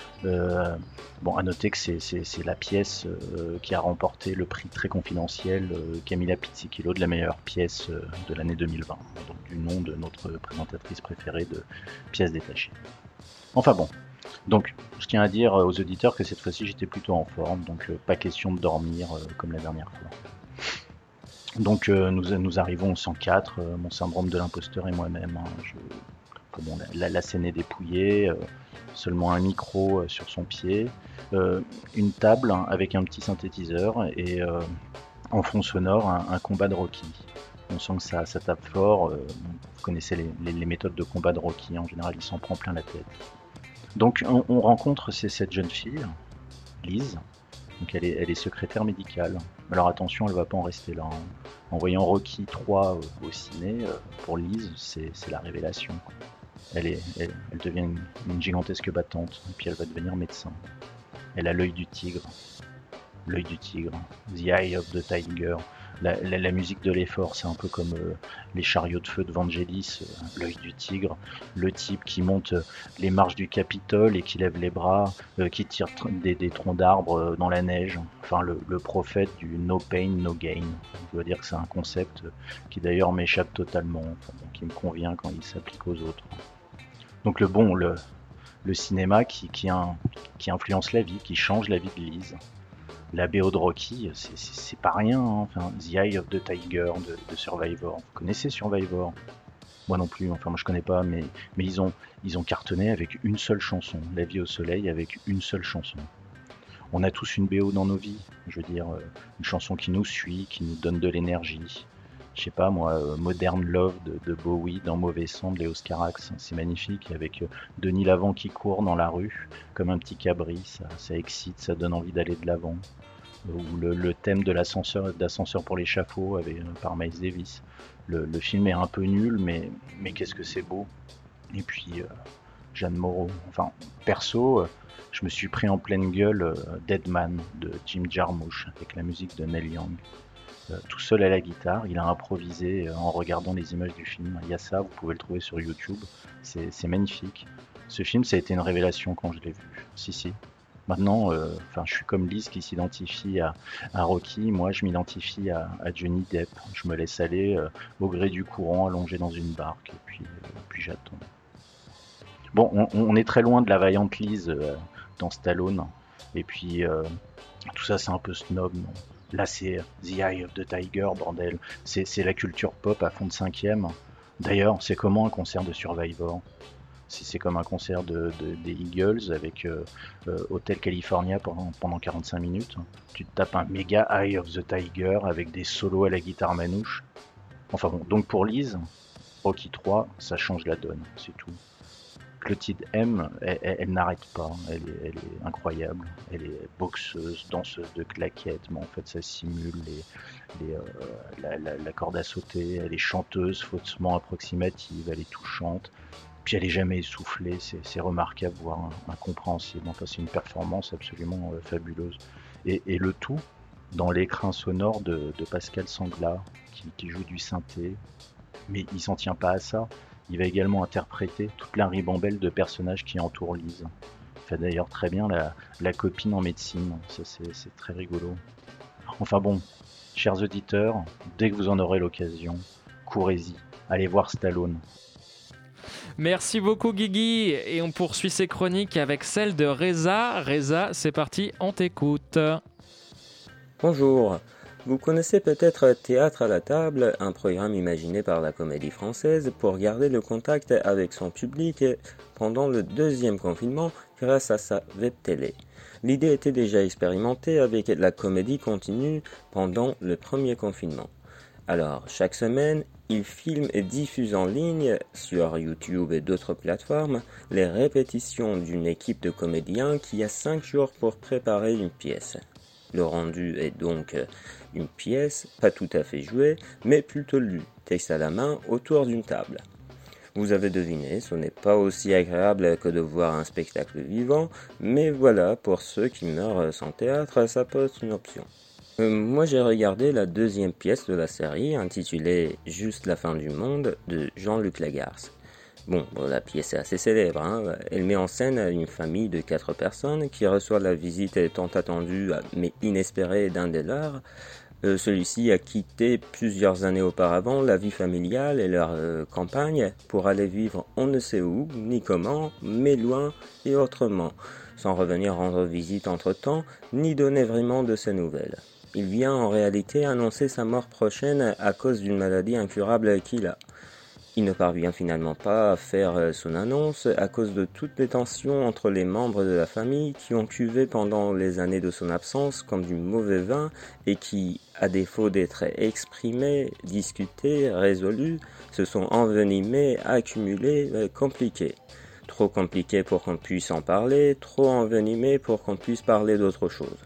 À noter que c'est la pièce qui a remporté le prix très confidentiel Camilla Pizzichillo de la meilleure pièce de l'année 2020, donc du nom de notre présentatrice préférée de Pièces détachées. Enfin bon, donc je tiens à dire aux auditeurs que cette fois-ci j'étais plutôt en forme, donc pas question de dormir comme la dernière fois. Donc nous arrivons au 104, mon syndrome de l'imposteur et moi-même. La scène est dépouillée, seulement un micro sur son pied, une table avec un petit synthétiseur et en fond sonore un combat de Rocky. On sent que ça tape fort, vous connaissez les méthodes de combat de Rocky, en général il s'en prend plein la tête. Donc on rencontre cette jeune fille, Lise, donc elle est secrétaire médicale. Alors attention, elle va pas en rester là. En voyant Rocky 3 au ciné, pour Lise, c'est la révélation. Elle devient une gigantesque battante, et puis elle va devenir médecin. Elle a l'œil du tigre, the eye of the tiger. La musique de l'effort, c'est un peu comme les chariots de feu de Vangelis, l'œil du tigre, le type qui monte les marches du Capitole et qui lève les bras, qui tire des troncs d'arbres dans la neige. Enfin, le prophète du no pain, no gain. Je dois dire que c'est un concept qui d'ailleurs m'échappe totalement, qui me convient quand il s'applique aux autres. Donc le cinéma qui influence la vie, qui change la vie de Lise. La BO de Rocky, c'est pas rien, Enfin, The Eye of the Tiger de Survivor. Vous connaissez Survivor ? Moi non plus, moi je connais pas, mais ils ont cartonné avec une seule chanson, La vie au soleil avec une seule chanson. On a tous une BO dans nos vies, je veux dire, une chanson qui nous suit, qui nous donne de l'énergie. Je sais pas moi, Modern Love de Bowie, dans Mauvais sang de Léos Carax, c'est magnifique, avec Denis Lavant qui court dans la rue comme un petit cabri, ça excite, ça donne envie d'aller de l'avant. Ou le thème de d'ascenseur pour l'échafaud par Miles Davis. Le film est un peu nul, mais qu'est-ce que c'est beau. Et puis Jeanne Moreau, enfin perso, je me suis pris en pleine gueule Dead Man de Jim Jarmusch avec la musique de Neil Young. Tout seul à la guitare, il a improvisé en regardant les images du film. Il y a ça, vous pouvez le trouver sur YouTube, c'est magnifique. Ce film, ça a été une révélation quand je l'ai vu. Si. Maintenant, je suis comme Lise qui s'identifie à Rocky, moi je m'identifie à Johnny Depp. Je me laisse aller au gré du courant, allongé dans une barque, et puis j'attends. Bon, on est très loin de la vaillante Lise dans Stallone, et puis tout ça c'est un peu snob, non ? Là c'est The Eye of the Tiger, bordel, c'est la culture pop à fond de 5e. D'ailleurs, c'est comment un concert de Survivor ? C'est comme un concert des Eagles avec Hotel California pendant 45 minutes. Tu te tapes un méga Eye of the Tiger avec des solos à la guitare manouche. Enfin bon, donc pour Lise, Rocky 3, ça change la donne, c'est tout. Clotilde M, elle n'arrête pas, elle est incroyable, elle est boxeuse, danseuse de claquettes, mais en fait ça simule la corde à sauter, elle est chanteuse faussement approximative, elle est touchante, puis elle est jamais essoufflée, c'est remarquable, voire incompréhensible, enfin c'est une performance absolument fabuleuse. Et le tout dans l'écrin sonore de Pascal Sanglard, qui joue du synthé, mais il s'en tient pas à ça. Il va également interpréter toute la ribambelle de personnages qui entourent Lise. Il fait d'ailleurs très bien la copine en médecine, ça c'est très rigolo. Enfin bon, chers auditeurs, dès que vous en aurez l'occasion, courez-y, allez voir Stallone. Merci beaucoup Guigui, et on poursuit ces chroniques avec celle de Reza. Reza, c'est parti, on t'écoute. Bonjour. Vous connaissez peut-être Théâtre à la table, un programme imaginé par la Comédie Française pour garder le contact avec son public pendant le deuxième confinement grâce à sa web télé. L'idée était déjà expérimentée avec la Comédie Continue pendant le premier confinement. Alors, chaque semaine, il filme et diffuse en ligne, sur YouTube et d'autres plateformes, les répétitions d'une équipe de comédiens qui a 5 jours pour préparer une pièce. Le rendu est donc une pièce, pas tout à fait jouée, mais plutôt lue, texte à la main, autour d'une table. Vous avez deviné, ce n'est pas aussi agréable que de voir un spectacle vivant, mais voilà, pour ceux qui meurent sans théâtre, ça peut être une option. Moi j'ai regardé la deuxième pièce de la série, intitulée « Juste la fin du monde » de Jean-Luc Lagarce. Bon, la pièce est assez célèbre, hein. Elle met en scène une famille de 4 personnes qui reçoit la visite tant attendue mais inespérée d'un des leurs. Celui-ci a quitté plusieurs années auparavant la vie familiale et leur campagne pour aller vivre on ne sait où, ni comment, mais loin et autrement, sans revenir rendre visite entre-temps, ni donner vraiment de ses nouvelles. Il vient en réalité annoncer sa mort prochaine à cause d'une maladie incurable qu'il a. Il ne parvient finalement pas à faire son annonce à cause de toutes les tensions entre les membres de la famille qui ont cuvé pendant les années de son absence comme du mauvais vin et qui, à défaut d'être exprimés, discutés, résolus, se sont envenimés, accumulés, compliqués. Trop compliqués pour qu'on puisse en parler, trop envenimés pour qu'on puisse parler d'autre chose.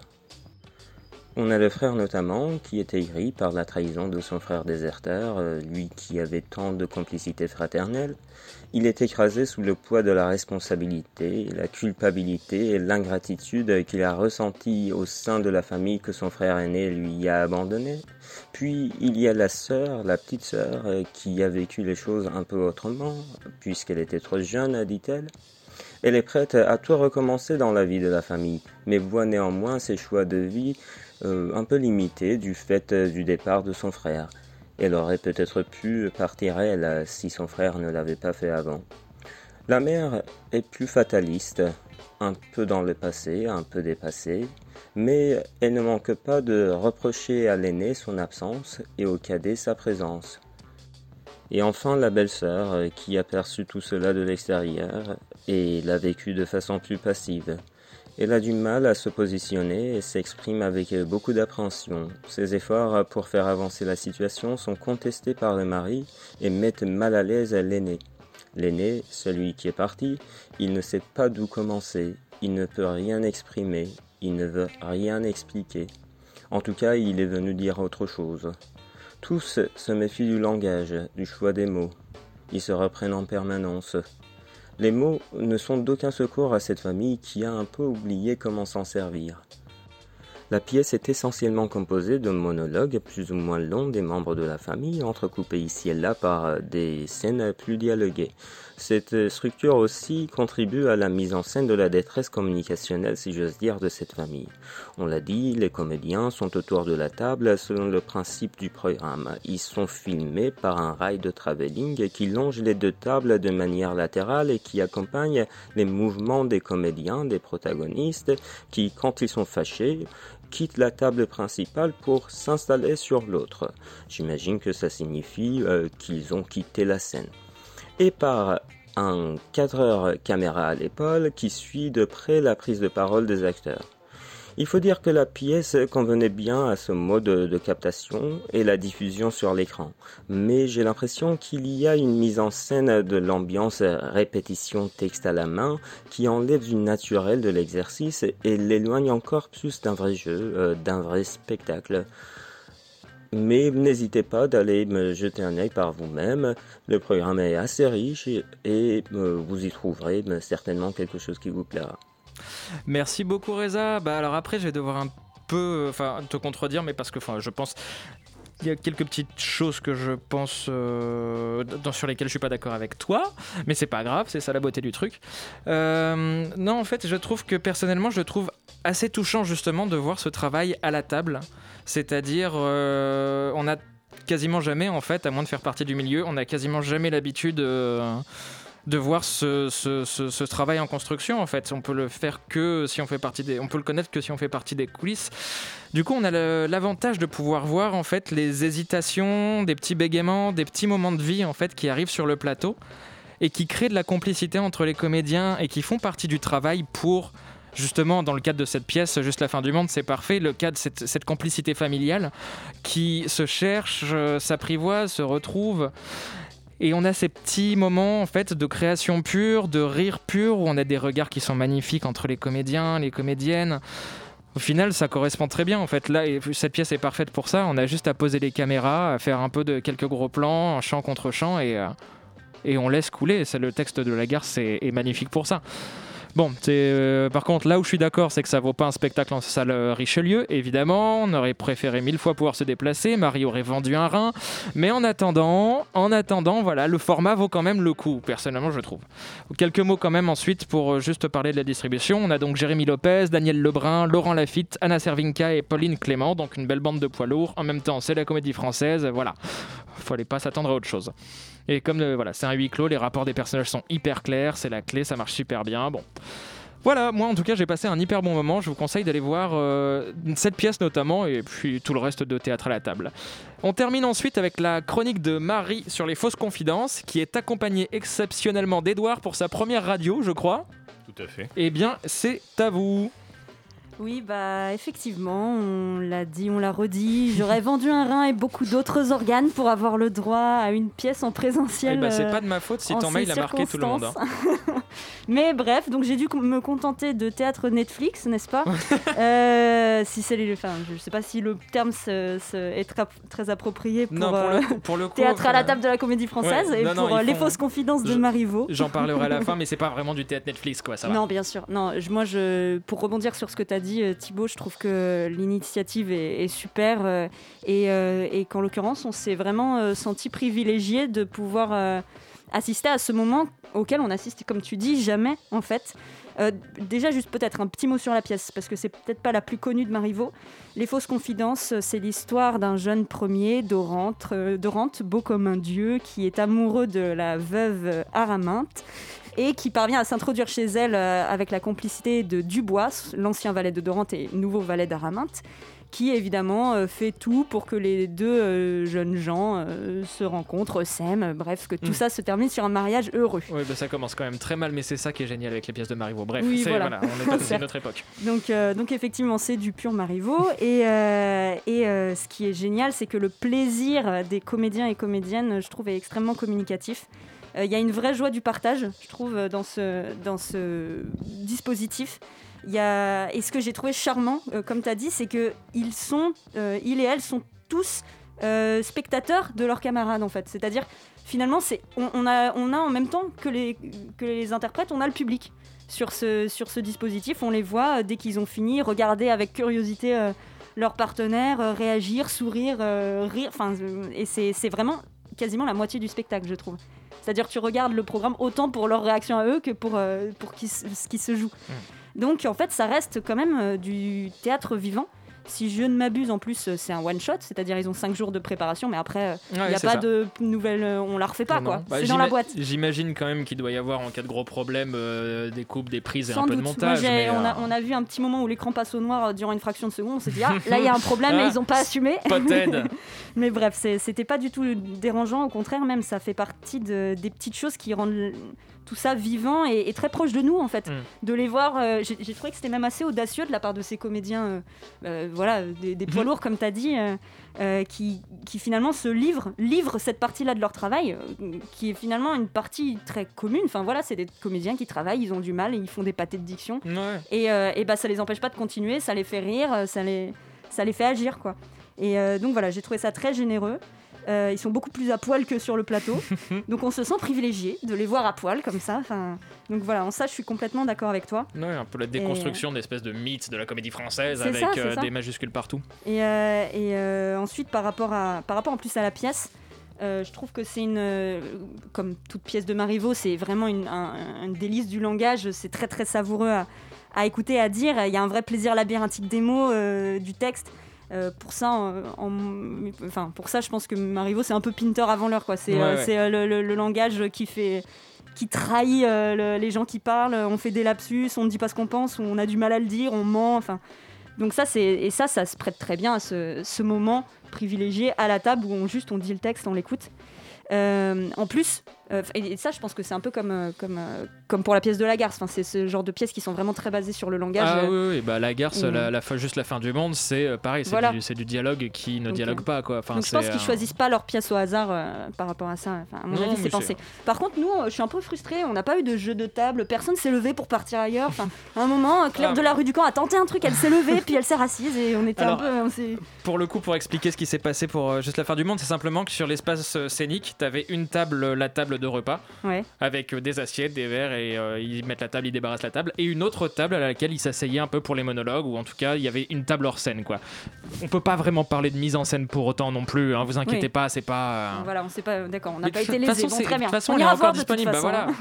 On a le frère notamment, qui est aigri par la trahison de son frère déserteur, lui qui avait tant de complicité fraternelle. Il est écrasé sous le poids de la responsabilité, la culpabilité et l'ingratitude qu'il a ressentie au sein de la famille que son frère aîné lui a abandonné. Puis il y a la petite sœur, qui a vécu les choses un peu autrement, puisqu'elle était trop jeune, dit-elle. Elle est prête à tout recommencer dans la vie de la famille, mais voit néanmoins ses choix de vie un peu limités du fait du départ de son frère. Elle aurait peut-être pu partir elle si son frère ne l'avait pas fait avant. La mère est plus fataliste, un peu dans le passé, un peu dépassée, mais elle ne manque pas de reprocher à l'aîné son absence et au cadet sa présence. Et enfin la belle-sœur qui a perçu tout cela de l'extérieur et l'a vécu de façon plus passive. Elle a du mal à se positionner et s'exprime avec beaucoup d'appréhension. Ses efforts pour faire avancer la situation sont contestés par le mari et mettent mal à l'aise l'aîné. L'aîné, celui qui est parti, il ne sait pas d'où commencer, il ne peut rien exprimer, il ne veut rien expliquer. En tout cas, il est venu dire autre chose. Tous se méfient du langage, du choix des mots. Ils se reprennent en permanence. Les mots ne sont d'aucun secours à cette famille qui a un peu oublié comment s'en servir. La pièce est essentiellement composée de monologues plus ou moins longs des membres de la famille, entrecoupés ici et là par des scènes plus dialoguées. Cette structure aussi contribue à la mise en scène de la détresse communicationnelle, si j'ose dire, de cette famille. On l'a dit, les comédiens sont autour de la table selon le principe du programme. Ils sont filmés par un rail de travelling qui longe les deux tables de manière latérale et qui accompagne les mouvements des comédiens, des protagonistes, qui, quand ils sont fâchés, quittent la table principale pour s'installer sur l'autre. J'imagine que ça signifie qu'ils ont quitté la scène. Et par un cadreur caméra à l'épaule qui suit de près la prise de parole des acteurs. Il faut dire que la pièce convenait bien à ce mode de captation et la diffusion sur l'écran, mais j'ai l'impression qu'il y a une mise en scène de l'ambiance répétition texte à la main qui enlève du naturel de l'exercice et l'éloigne encore plus d'un vrai jeu, d'un vrai spectacle. Mais n'hésitez pas d'aller me jeter un œil par vous-même, le programme est assez riche et vous y trouverez certainement quelque chose qui vous plaira. Merci beaucoup Reza. Alors après je vais devoir un peu te contredire, mais parce que je pense il y a quelques petites choses que je pense sur lesquelles je suis pas d'accord avec toi, mais c'est pas grave, c'est ça la beauté du truc. Non, en fait je trouve que personnellement je trouve assez touchant justement de voir ce travail à la table, c'est-à-dire on a quasiment jamais, en fait, à moins de faire partie du milieu, on a quasiment jamais l'habitude de voir ce travail en construction. En fait, on peut le faire que si on fait partie on peut le connaître que si on fait partie des coulisses. Du coup, on a l'avantage de pouvoir voir en fait les hésitations, des petits bégaiements, des petits moments de vie en fait qui arrivent sur le plateau et qui créent de la complicité entre les comédiens et qui font partie du travail pour justement, dans le cadre de cette pièce, Juste la fin du monde, c'est parfait, le cadre, cette complicité familiale qui se cherche, s'apprivoise, se retrouve. Et on a ces petits moments en fait de création pure, de rire pur, où on a des regards qui sont magnifiques entre les comédiens, les comédiennes. Au final, ça correspond très bien en fait. Là, cette pièce est parfaite pour ça. On a juste à poser les caméras, à faire un peu de quelques gros plans, un chant contre chant, et on laisse couler. Le texte de Lagarce est magnifique pour ça. Bon, par contre, là où je suis d'accord, c'est que ça vaut pas un spectacle en salle Richelieu, évidemment. On aurait préféré 1000 fois pouvoir se déplacer. Marie aurait vendu un rein. Mais en attendant, voilà, le format vaut quand même le coup, personnellement, je trouve. Quelques mots quand même ensuite pour juste parler de la distribution. On a donc Jérémy Lopez, Daniel Lebrun, Laurent Lafitte, Anna Servinka et Pauline Clément. Donc une belle bande de poids lourds. En même temps, c'est la Comédie Française. Voilà. Fallait pas s'attendre à autre chose. Et comme c'est un huis clos, les rapports des personnages sont hyper clairs, c'est la clé, ça marche super bien. Bon, voilà, moi en tout cas j'ai passé un hyper bon moment. Je vous conseille d'aller voir cette pièce notamment et puis tout le reste de Théâtre à la table. On termine ensuite avec la chronique de Marie sur les fausses confidences, qui est accompagnée exceptionnellement d'Edouard pour sa première radio, je crois. Tout à fait. Eh bien, c'est à vous. Oui, effectivement, on l'a dit, on l'a redit. J'aurais vendu un rein et beaucoup d'autres organes pour avoir le droit à une pièce en présentiel. C'est pas de ma faute si ton mail a marqué tout le monde. Hein. Mais bref, donc j'ai dû me contenter de théâtre Netflix, n'est-ce pas? Si c'est je sais pas si le terme est très approprié pour le coup, théâtre à la table de la Comédie Française les fausses confidences de Marivaux. J'en parlerai à la fin, mais c'est pas vraiment du théâtre Netflix, quoi. Ça va. Non, bien sûr. Non, pour rebondir sur ce que tu as dit, Thibaut, je trouve que l'initiative est super et qu'en l'occurrence, on s'est vraiment senti privilégié de pouvoir assister à ce moment auquel on assiste, comme tu dis, jamais en fait. Déjà, juste peut-être un petit mot sur la pièce, parce que c'est peut-être pas la plus connue de Marivaux. Les fausses confidences, c'est l'histoire d'un jeune premier, Dorante, beau comme un dieu, qui est amoureux de la veuve Araminte et qui parvient à s'introduire chez elle avec la complicité de Dubois, l'ancien valet de Dorante et nouveau valet d'Araminte, qui évidemment fait tout pour que les deux jeunes gens se rencontrent, s'aiment, bref, que tout ça se termine sur un mariage heureux. Oui, ça commence quand même très mal, mais c'est ça qui est génial avec les pièces de Marivaux. Bref, oui, on est pas dans une autre époque. Donc effectivement, c'est du pur Marivaux. Et ce qui est génial, c'est que le plaisir des comédiens et comédiennes, je trouve, est extrêmement communicatif. Il y a une vraie joie du partage, je trouve, dans ce dispositif. Et ce que j'ai trouvé charmant, comme tu as dit, c'est qu'ils il et elle sont tous spectateurs de leurs camarades, en fait. C'est-à-dire, finalement, on a en même temps que les interprètes, on a le public sur ce dispositif. On les voit, dès qu'ils ont fini, regarder avec curiosité leurs partenaires, réagir, sourire, rire. Et c'est vraiment quasiment la moitié du spectacle, je trouve. C'est-à-dire que tu regardes le programme autant pour leur réaction à eux que pour ce qui se joue. Donc en fait ça reste quand même du théâtre vivant. Si je ne m'abuse, en plus c'est un one shot, c'est-à-dire ils ont 5 jours de préparation, mais après il n'y a pas de nouvelles, on la refait pas, quoi. C'est dans la boîte. J'imagine quand même qu'il doit y avoir, en cas de gros problème, des coupes, des prises et sans un peu doute. de montage. On a vu un petit moment où l'écran passe au noir durant une fraction de seconde, on s'est dit là il y a un problème et ils n'ont pas assumé. Potted. Mais bref, c'était pas du tout dérangeant, au contraire même, ça fait partie des petites choses qui rendent tout ça vivant et très proche de nous en fait. De les voir, j'ai trouvé que c'était même assez audacieux de la part de ces comédiens, voilà, des poids lourds comme tu as dit, qui finalement se livrent cette partie-là de leur travail, qui est finalement une partie très commune. Enfin voilà, c'est des comédiens qui travaillent, ils ont du mal, et ils font des pâtés de diction. Ouais. Et bah ça les empêche pas de continuer, ça les fait rire, ça les fait agir quoi. Et donc voilà, j'ai trouvé ça très généreux. Ils sont beaucoup plus à poil que sur le plateau, donc on se sent privilégié de les voir à poil comme ça. Donc voilà, en ça je suis complètement d'accord avec toi. Ouais, un peu la déconstruction d'espèces de mythes de la comédie française avec ça. des majuscules partout. Et ensuite par rapport en plus à la pièce, je trouve que c'est comme toute pièce de Marivaux, c'est vraiment un délice du langage, c'est très très savoureux à écouter, à dire. Il y a un vrai plaisir labyrinthique des mots, du texte. Pour ça, je pense que Marivaux c'est un peu Pinter avant l'heure, quoi. C'est le langage qui trahit les gens qui parlent. On fait des lapsus, on ne dit pas ce qu'on pense, on a du mal à le dire, on ment. Enfin, donc ça se prête très bien à ce moment privilégié à la table où on dit le texte, on l'écoute. En plus, et ça, je pense que c'est un peu comme pour la pièce de Lagarce. Enfin, c'est ce genre de pièces qui sont vraiment très basées sur le langage. Ah oui, bah Lagarce, juste la fin du monde, c'est pareil, c'est du dialogue qui ne dialogue pas, quoi. Enfin, donc je pense qu'ils choisissent pas leurs pièces au hasard par rapport à ça. Enfin, à mon avis, c'est pensé. Par contre, nous, je suis un peu frustrée. On n'a pas eu de jeu de table. Personne s'est levé pour partir ailleurs. Enfin, à un moment, Claire de la rue du Camp a tenté un truc. Elle s'est levée, puis elle s'est assise et on était Pour le coup, pour expliquer ce qui s'est passé pour juste la fin du monde, c'est simplement que sur l'espace scénique, t'avais une table, la table de repas, avec des assiettes, des verres, et ils mettent la table, ils débarrassent la table, et une autre table à laquelle ils s'asseyaient un peu pour les monologues, ou en tout cas il y avait une table hors scène, quoi. On peut pas vraiment parler de mise en scène pour autant non plus, hein, vous inquiétez pas, c'est pas... Voilà, on sait pas, d'accord, on n'a pas été lésés, bon, très bien. De toute façon, on est encore disponible, bah voilà.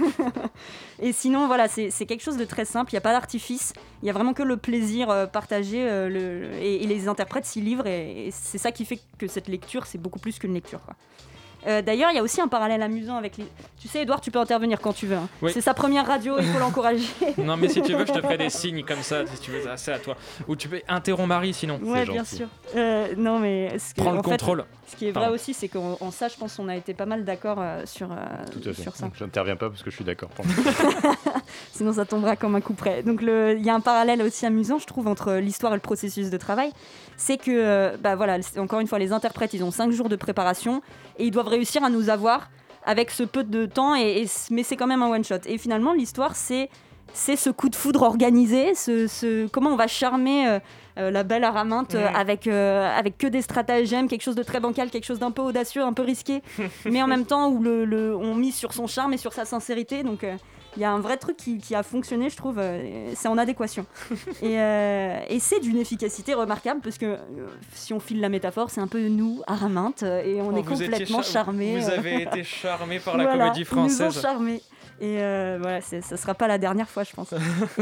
Et sinon, voilà, c'est quelque chose de très simple, il n'y a pas d'artifice, il y a vraiment que le plaisir partagé, et les interprètes s'y livrent, et c'est ça qui fait que cette lecture, c'est beaucoup plus qu'une lecture, quoi. D'ailleurs, il y a aussi un parallèle amusant avec les... Tu sais, Edouard, tu peux intervenir quand tu veux. Hein. Oui. C'est sa première radio, il faut l'encourager. Non, mais si tu veux, je te ferai des signes comme ça, si tu veux, c'est à toi. Ou tu peux interrompre Marie, sinon. Ouais, bien sûr. Non, mais... Prends le contrôle. Ce qui est vrai aussi, c'est qu'en ça, je pense qu'on a été pas mal d'accord sur ça. Je n'interviens pas parce que je suis d'accord. Sinon, ça tombera comme un coup près. Donc, il y a un parallèle aussi amusant, je trouve, entre l'histoire et le processus de travail. C'est que, voilà, encore une fois, les interprètes, ils ont 5 jours de préparation et ils doivent réussir à nous avoir avec ce peu de temps, mais c'est quand même un one-shot. Et finalement, l'histoire, c'est ce coup de foudre organisé, comment on va charmer la belle Araminte avec que des stratagèmes, quelque chose de très bancal, quelque chose d'un peu audacieux, un peu risqué, mais en même temps où on mise sur son charme et sur sa sincérité. Donc il y a un vrai truc qui a fonctionné, je trouve, c'est en adéquation. Et c'est d'une efficacité remarquable, parce que si on file la métaphore, c'est un peu nous, Araminte, et on est complètement charmés. Vous avez été charmés par la comédie française. Ils nous ont charmés. Et voilà, ça sera pas la dernière fois, je pense.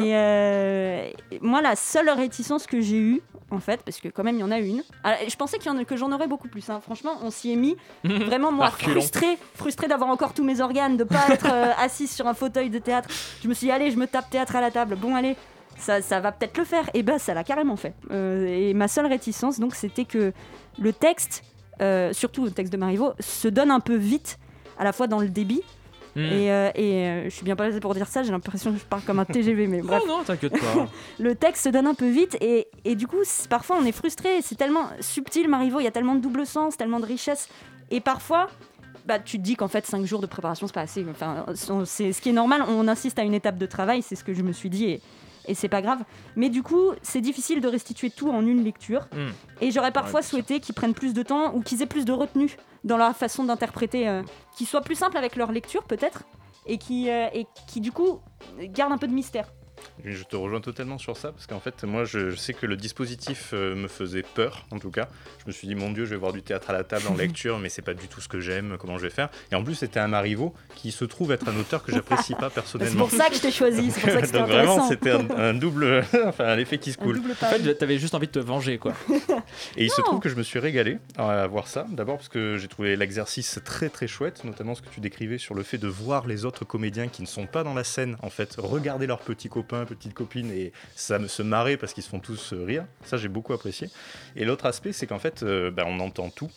Et moi, la seule réticence que j'ai eue, en fait, parce que quand même il y en a une. Alors, je pensais que j'en aurais beaucoup plus. Hein. Franchement, on s'y est mis. Vraiment, moi, frustrée d'avoir encore tous mes organes, de pas être assise sur un fauteuil de théâtre. Je me suis dit, allez, je me tape théâtre à la table. Bon, allez, ça va peut-être le faire. Et ça l'a carrément fait. Et ma seule réticence, donc, c'était que le texte, surtout le texte de Marivaux, se donne un peu vite, à la fois dans le débit. Et je suis bien placée pour dire ça, j'ai l'impression que je parle comme un TGV, mais bref. Oh non, t'inquiète pas. Le texte se donne un peu vite et du coup, parfois on est frustré, c'est tellement subtil Marivaux, il y a tellement de double sens, tellement de richesse. Et parfois, tu te dis qu'en fait 5 jours de préparation, c'est pas assez. Enfin, c'est ce qui est normal, on insiste à une étape de travail, c'est ce que je me suis dit et c'est pas grave. Mais du coup, c'est difficile de restituer tout en une lecture. Et j'aurais parfois souhaité qu'ils prennent plus de temps ou qu'ils aient plus de retenue dans leur façon d'interpréter, qu'ils soient plus simples avec leur lecture peut-être, et qui du coup gardent un peu de mystère. Je te rejoins totalement sur ça, parce qu'en fait, moi, je sais que le dispositif me faisait peur, en tout cas. Je me suis dit, mon Dieu, je vais voir du théâtre à la table en lecture, mais c'est pas du tout ce que j'aime, comment je vais faire. Et en plus, c'était un Marivaux qui se trouve être un auteur que j'apprécie pas personnellement. C'est pour ça que je t'ai choisi, c'est pour ça que c'était donc intéressant. Vraiment, c'était un double, un effet qui se coule. En fait, t'avais juste envie de te venger, quoi. Et il se trouve que je me suis régalé à voir ça. D'abord parce que j'ai trouvé l'exercice très très chouette, notamment ce que tu décrivais sur le fait de voir les autres comédiens qui ne sont pas dans la scène, en fait, regarder leurs petits copains, petites copines, et ça me se marrer parce qu'ils se font tous rire. Ça, j'ai beaucoup apprécié. Et l'autre aspect, c'est qu'en fait, on entend tout.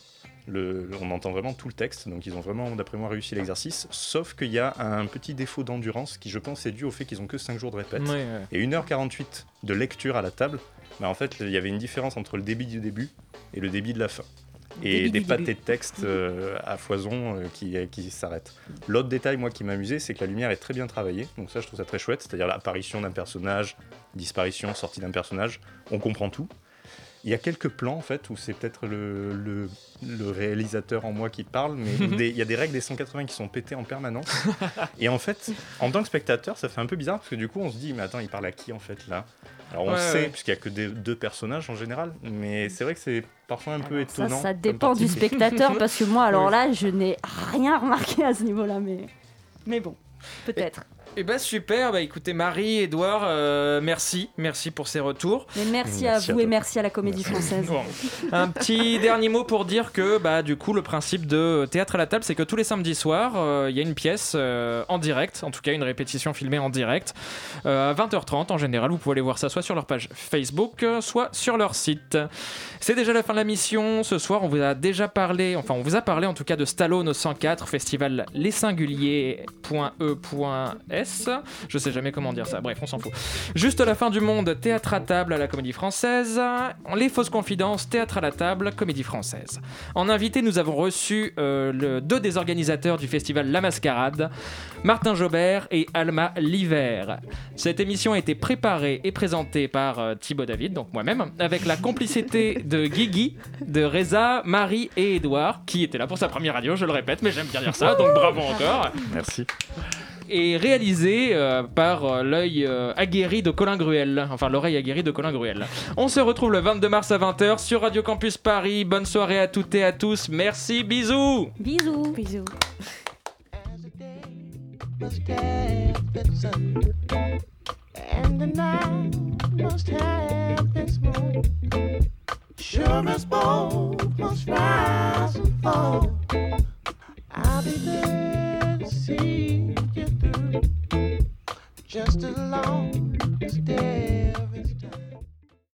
On entend vraiment tout le texte, donc ils ont vraiment, d'après moi, réussi l'exercice, sauf qu'il y a un petit défaut d'endurance qui, je pense, est dû au fait qu'ils ont que 5 jours de répète. Ouais. Et 1h48 de lecture à la table, en fait, il y avait une différence entre le débit du début et le débit de la fin. Et des pâtés de texte à foison qui s'arrêtent. L'autre détail, moi, qui m'amusait, c'est que la lumière est très bien travaillée, donc ça, je trouve ça très chouette, c'est-à-dire l'apparition d'un personnage, disparition, sortie d'un personnage, on comprend tout. Il y a quelques plans en fait où c'est peut-être le réalisateur en moi qui parle, mais il y a des règles des 180 qui sont pétées en permanence. Et en fait, en tant que spectateur, ça fait un peu bizarre parce que du coup on se dit mais attends, il parle à qui en fait là ? Alors on sait puisqu'il y a que deux personnages en général, mais c'est vrai que c'est parfois un peu étonnant. Ça dépend du spectateur parce que moi alors là je n'ai rien remarqué à ce niveau-là, mais bon, peut-être. Eh ben super, écoutez Marie, Édouard, merci pour ces retours. Et merci à vous et merci à la Comédie Française. Bon. Un petit dernier mot pour dire que du coup le principe de Théâtre à la table, c'est que tous les samedis soirs, il y a une pièce en direct, en tout cas une répétition filmée en direct, à 20h30 en général. Vous pouvez aller voir ça soit sur leur page Facebook, soit sur leur site. C'est déjà la fin de la mission. Ce soir, on vous a parlé en tout cas de Stallone au 104, festival lessinguliers.e.s. Je sais jamais comment dire ça, bref, on s'en fout. Juste la fin du monde, Théâtre à table à la Comédie Française. Les fausses confidences, Théâtre à la table, Comédie Française. En invité, nous avons reçu deux des organisateurs du festival La Mascarade, Martin Jobert et Alma Liver. Cette émission a été préparée et présentée par Thibaut David, donc moi-même, avec la complicité de Guigui, de Reza, Marie et Édouard, qui était là pour sa première radio, je le répète, mais j'aime bien dire ça, donc bravo encore. Merci. Et réalisé par l'œil aguerri de Colin Gruel. Enfin, l'oreille aguerrie de Colin Gruel. On se retrouve le 22 mars à 20h sur Radio Campus Paris. Bonne soirée à toutes et à tous. Merci, bisous. Bisous. Bisous. And the night must have its moon. Sure as both must rise and fall.